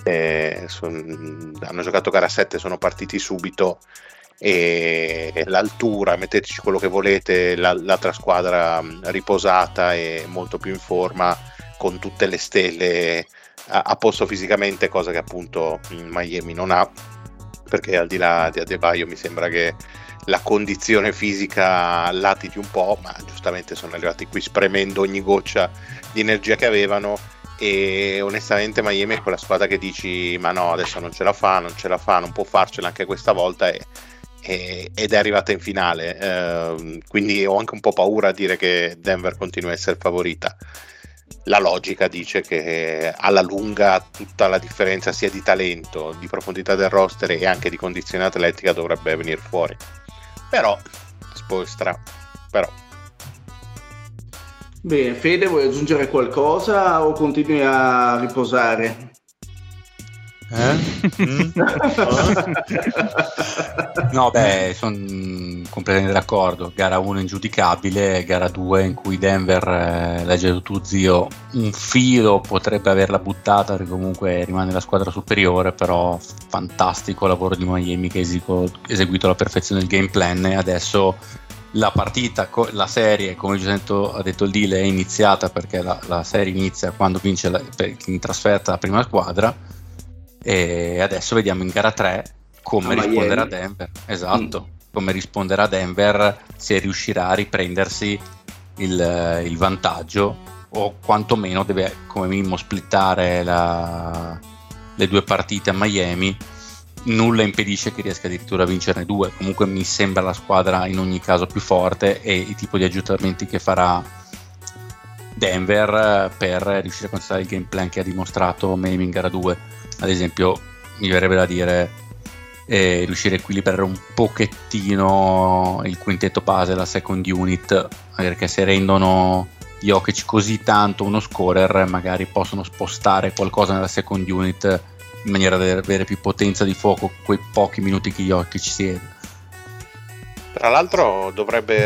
hanno giocato gara 7, sono partiti subito, e l'altura, metteteci quello che volete, l'altra squadra riposata e molto più in forma, con tutte le stelle a posto fisicamente, cosa che appunto Miami non ha, perché al di là di Adebayo mi sembra che la condizione fisica latiti un po', ma giustamente sono arrivati qui spremendo ogni goccia di energia che avevano. E onestamente Miami è quella squadra che dici ma no, adesso non ce la fa, non può farcela anche questa volta, ed è arrivata in finale, quindi ho anche un po' paura a dire che Denver continua a essere favorita. La logica dice che alla lunga tutta la differenza, sia di talento, di profondità del roster e anche di condizione atletica, dovrebbe venire fuori, però però. Bene, Fede, vuoi aggiungere qualcosa o continui a riposare? No, beh, sono completamente d'accordo. Gara 1 ingiudicabile, gara 2 in cui Denver, l'hai detto tu zio, un filo potrebbe averla buttata, perché comunque rimane la squadra superiore, però fantastico lavoro di Miami che ha eseguito alla perfezione il game plan, e adesso la partita, la serie, come giustamente ha detto il Dile, è iniziata, perché la serie inizia quando vince in trasferta la prima squadra, e adesso vediamo in gara 3 come risponderà Denver. Esatto, come risponderà Denver, se riuscirà a riprendersi il vantaggio, o quantomeno deve come minimo splittare le 2 partite a Miami. Nulla impedisce che riesca addirittura a vincerne 2. Comunque mi sembra la squadra in ogni caso più forte, e il tipo di aggiustamenti che farà Denver per riuscire a conservare il game plan che ha dimostrato Miami in gara 2. Ad esempio, mi verrebbe da dire riuscire a equilibrare un pochettino il quintetto base, la second unit, perché se rendono Jokic così tanto uno scorer, magari possono spostare qualcosa nella second unit in maniera da avere più potenza di fuoco quei pochi minuti che Jokic siede. Tra l'altro dovrebbe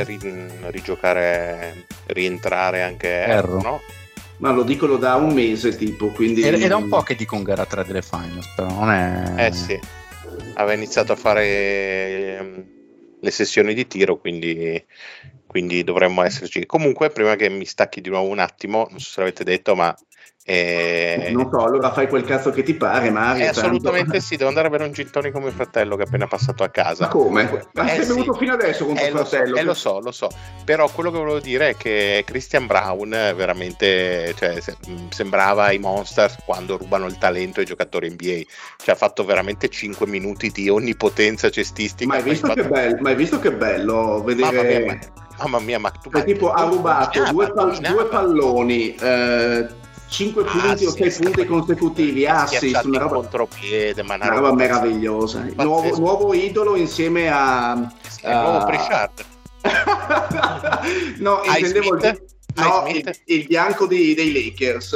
rientrare anche Herro, no? Ma lo dicono da un mese tipo, quindi è da un po' che dicono gara 3 delle finals, però non è... sì, aveva iniziato a fare le sessioni di tiro, quindi dovremmo esserci. Comunque, prima che mi stacchi di nuovo un attimo, non so se l'avete detto, ma non so, allora fai quel cazzo che ti pare, Mario. Assolutamente sì, devo andare a bere un gin tonic con mio fratello che è appena passato a casa. Ma come? Ma sei venuto fino adesso con tuo fratello? Lo so, però quello che volevo dire è che Christian Braun veramente, cioè, sembrava i Monsters quando rubano il talento ai giocatori NBA, cioè ha fatto veramente 5 minuti di onnipotenza cestistica. Ma hai visto che bello vedere? Mamma mia, ma tu tipo ha rubato due palloni, 5 punti o 6 punti consecutivi, assist, una roba contropiede, una roba meravigliosa. Nuovo idolo insieme a nuovo Pritchard. No, intendevo il bianco dei Lakers.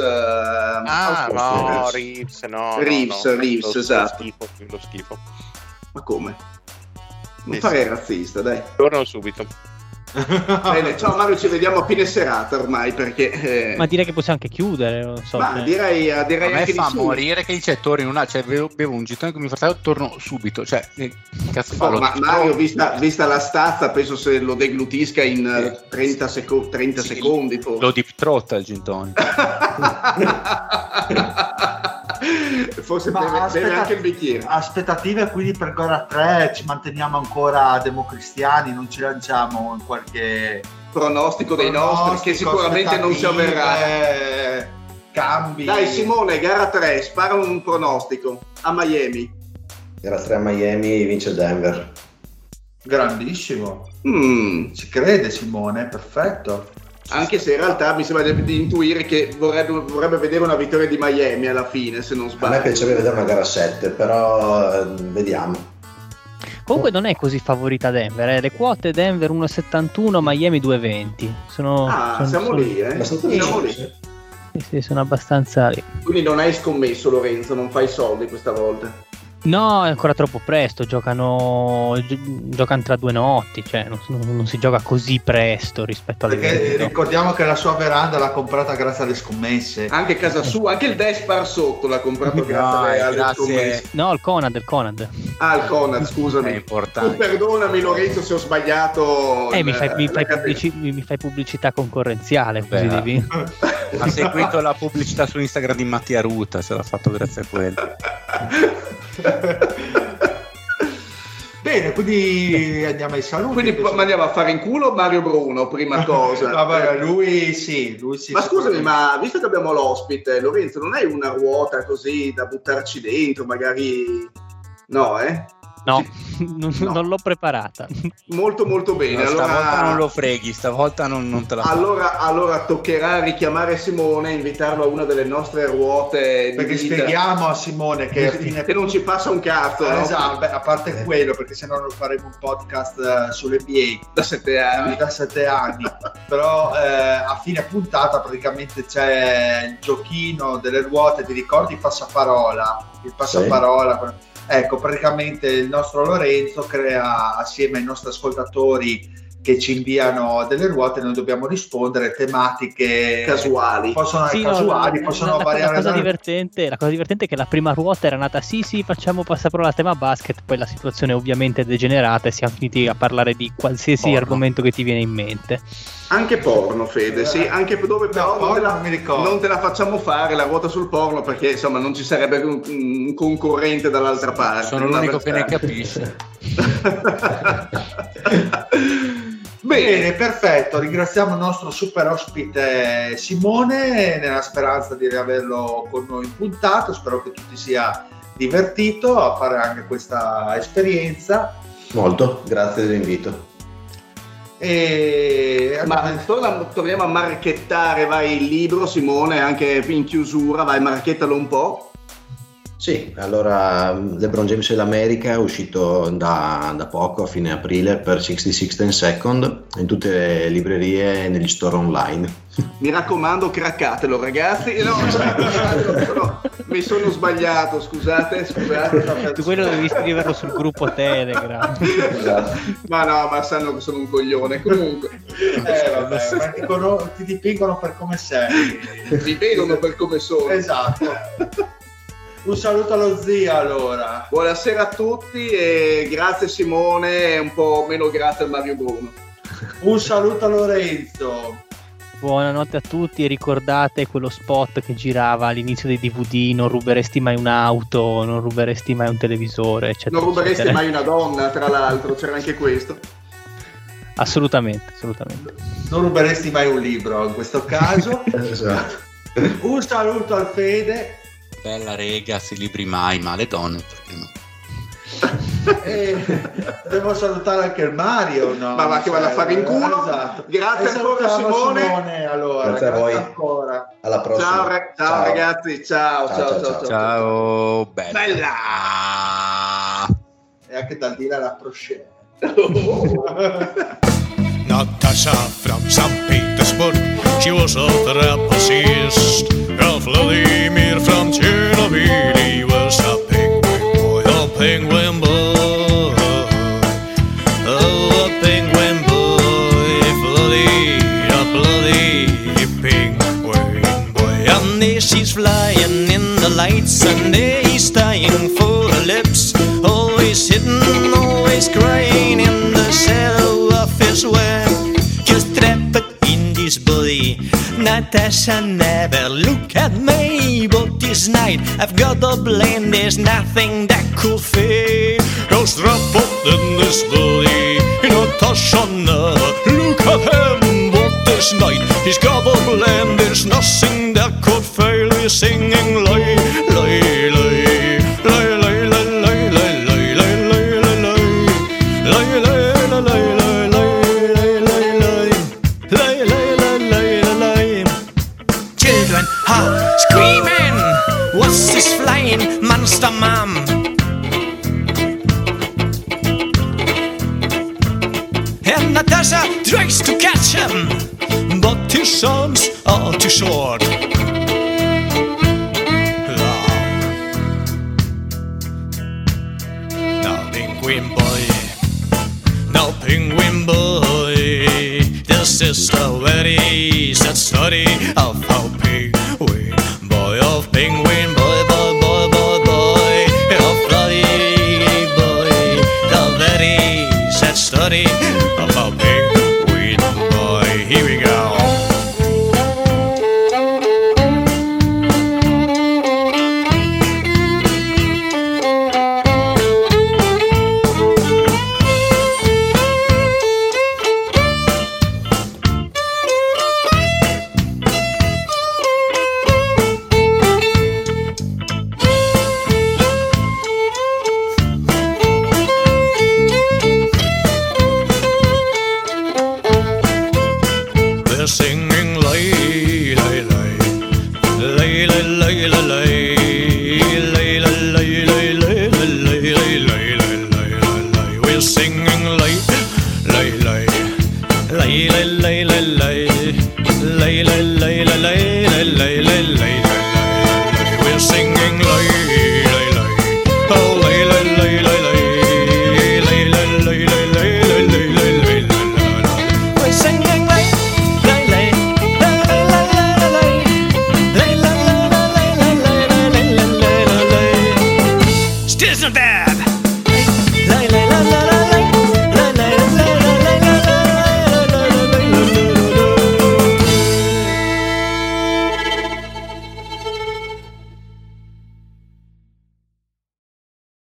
Reeves, esatto. Lo schifo. Ma come? Non fare razzista, dai. Torno subito. Bene, ciao Mario, ci vediamo a fine serata ormai, perché ma direi che possiamo anche chiudere, non so. Ma direi a me anche fa morire che dice torno in una, cioè bevo un gin con mio fratello, torno subito, cioè cazzo fa? Ma Mario, vista la stazza, penso se lo deglutisca in 30 secondi forse. Lo deep throat il gin tonic. Forse beve anche il bicchiere. Aspettative quindi per gara 3, ci manteniamo ancora democristiani, non ci lanciamo in qualche pronostico dei nostri che sicuramente non si avverrà. Cambi. Dai Simone, gara 3, spara un pronostico a Miami. Gara 3 a Miami, vince Denver. Grandissimo. Ci crede Simone, perfetto. Anche se in realtà mi sembra di intuire che vorrebbe vedere una vittoria di Miami alla fine, se non sbaglio. A me piacerebbe vedere una gara 7, però vediamo. Comunque non è così favorita Denver, le quote Denver 1,71, Miami 2,20. Siamo lì, Siamo lì. Sì, sono abbastanza lì. Quindi non hai scommesso, Lorenzo, non fai soldi questa volta? No, è ancora troppo presto, giocano tra 2 notti, cioè non si gioca così presto rispetto alle perché ricordiamo che la sua veranda l'ha comprata grazie alle scommesse. Anche casa sua, anche il Despar sotto l'ha comprato grazie alle scommesse. No, il Conad. Ah, il Conad, scusami. È importante. Tu perdonami, Lorenzo, se ho sbagliato. Mi fai pubblicità concorrenziale, così devi. Ha seguito la pubblicità su Instagram di Mattia Ruta, se l'ha fatto grazie a quello. Bene, quindi andiamo ai saluti. Quindi andiamo a fare in culo Mario Bruno, prima cosa. Vabbè, lui sì. Ma scusami, ma visto che abbiamo l'ospite, Lorenzo, non hai una ruota così da buttarci dentro, magari? No, No, non l'ho preparata. Molto molto bene. No, stavolta non lo freghi, stavolta non te la allora toccherà richiamare Simone e invitarlo a una delle nostre ruote. Perché spieghiamo a Simone che non ci passa un cazzo. Esatto, no? A parte quello, perché sennò non faremo un podcast sull'NBA da 7 anni. Però a fine puntata praticamente c'è il giochino delle ruote, ti ricordi il passaparola? Sì. Ecco, praticamente il nostro Lorenzo crea assieme ai nostri ascoltatori che ci inviano delle ruote, noi dobbiamo rispondere tematiche casuali. Possono variare. La cosa divertente è che la prima ruota era nata sì, facciamo passaparola a tema basket, poi la situazione ovviamente è degenerata e siamo finiti a parlare di qualsiasi argomento che ti viene in mente. Anche porno, Fede, sì, anche dove però non te la facciamo fare la ruota sul porno, perché insomma non ci sarebbe un concorrente dall'altra parte. Sono l'unico che ne capisce. Bene, perfetto, ringraziamo il nostro super ospite Simone, nella speranza di riaverlo con noi in puntata. Spero che tu ti sia divertito a fare anche questa esperienza. Molto, grazie dell'invito. Ma torniamo a marchettare, vai, il libro, Simone, anche in chiusura, vai, marchettalo un po'. Sì, allora LeBron James e l'America è uscito da poco, a fine aprile, per 66th and Second, in tutte le librerie e negli store online. Mi raccomando, craccatelo, ragazzi. No, mi sono sbagliato, scusate. Tu quello devi scriverlo sul gruppo Telegram. Esatto. Ma sanno che sono un coglione. Comunque, vabbè, ma ti dipingono per come sei. Ti vedono per come sono. Esatto. Un saluto allo zio, allora. Buonasera a tutti e grazie Simone, e un po' meno grazie a Mario Bruno. Un saluto a Lorenzo. Buonanotte a tutti e ricordate quello spot che girava all'inizio dei DVD: non ruberesti mai un'auto, non ruberesti mai un televisore, eccetera. Non ruberesti mai una donna, tra l'altro, c'era anche questo. Assolutamente. Non ruberesti mai un libro in questo caso. Esatto. Un saluto al Fede. Bella rega, si libri mai, ma le donne perché no? E devo salutare anche il Mario, no? Ma va che vado a fare in culo. Esatto. Grazie ancora Simone. Allora, grazie a voi. Ancora. Alla prossima. Ciao ragazzi, ciao. Bella. E anche dal dire alla proscena. Natasha from St. Petersburg, she was a trapezist. Vladimir from Chernobyl, he was a penguin boy, a penguin boy. Oh, a penguin boy, a bloody penguin boy. And there she's flying in the lights, and there he's dying for her lips. Always hidden, always crying in the shadow of his web. Just trapped in this body. Natasha never look at me, but this night I've got the blame. There's nothing that could fail. Just trapped in this body. Natasha never look at him, but this night he's got the blame. There's nothing that could fail. He's singing lay, lay, lay, lay, lay, lay, lay, lay, lay, lay, lay, lay, lay, lay. Screaming, what's this flying monster, mom? And Natasha tries to catch him, but his arms are too short. is the very sad story of how penguin, boy of penguin, boy, boy, boy, boy, boy, of bloody boy, the very sad story of how penguin, boy. Here we go. They're singing lay, lay, lay, lay, lay, lay, lay, lay, lay, lay, lay, lay, lay, lay, lay, lay, lay, lay. We're singing lay, lay, lay, lay, lay, lay, lay, lay, lay, lay, lay, lay, lay, lay, lay, lay. We're singing lay, lay, lay, oh lay, lay, lay, lay, lay, lay, lay, lay, lay, lay, lay, lay, lay, lay. We're singing lay. Still not bad.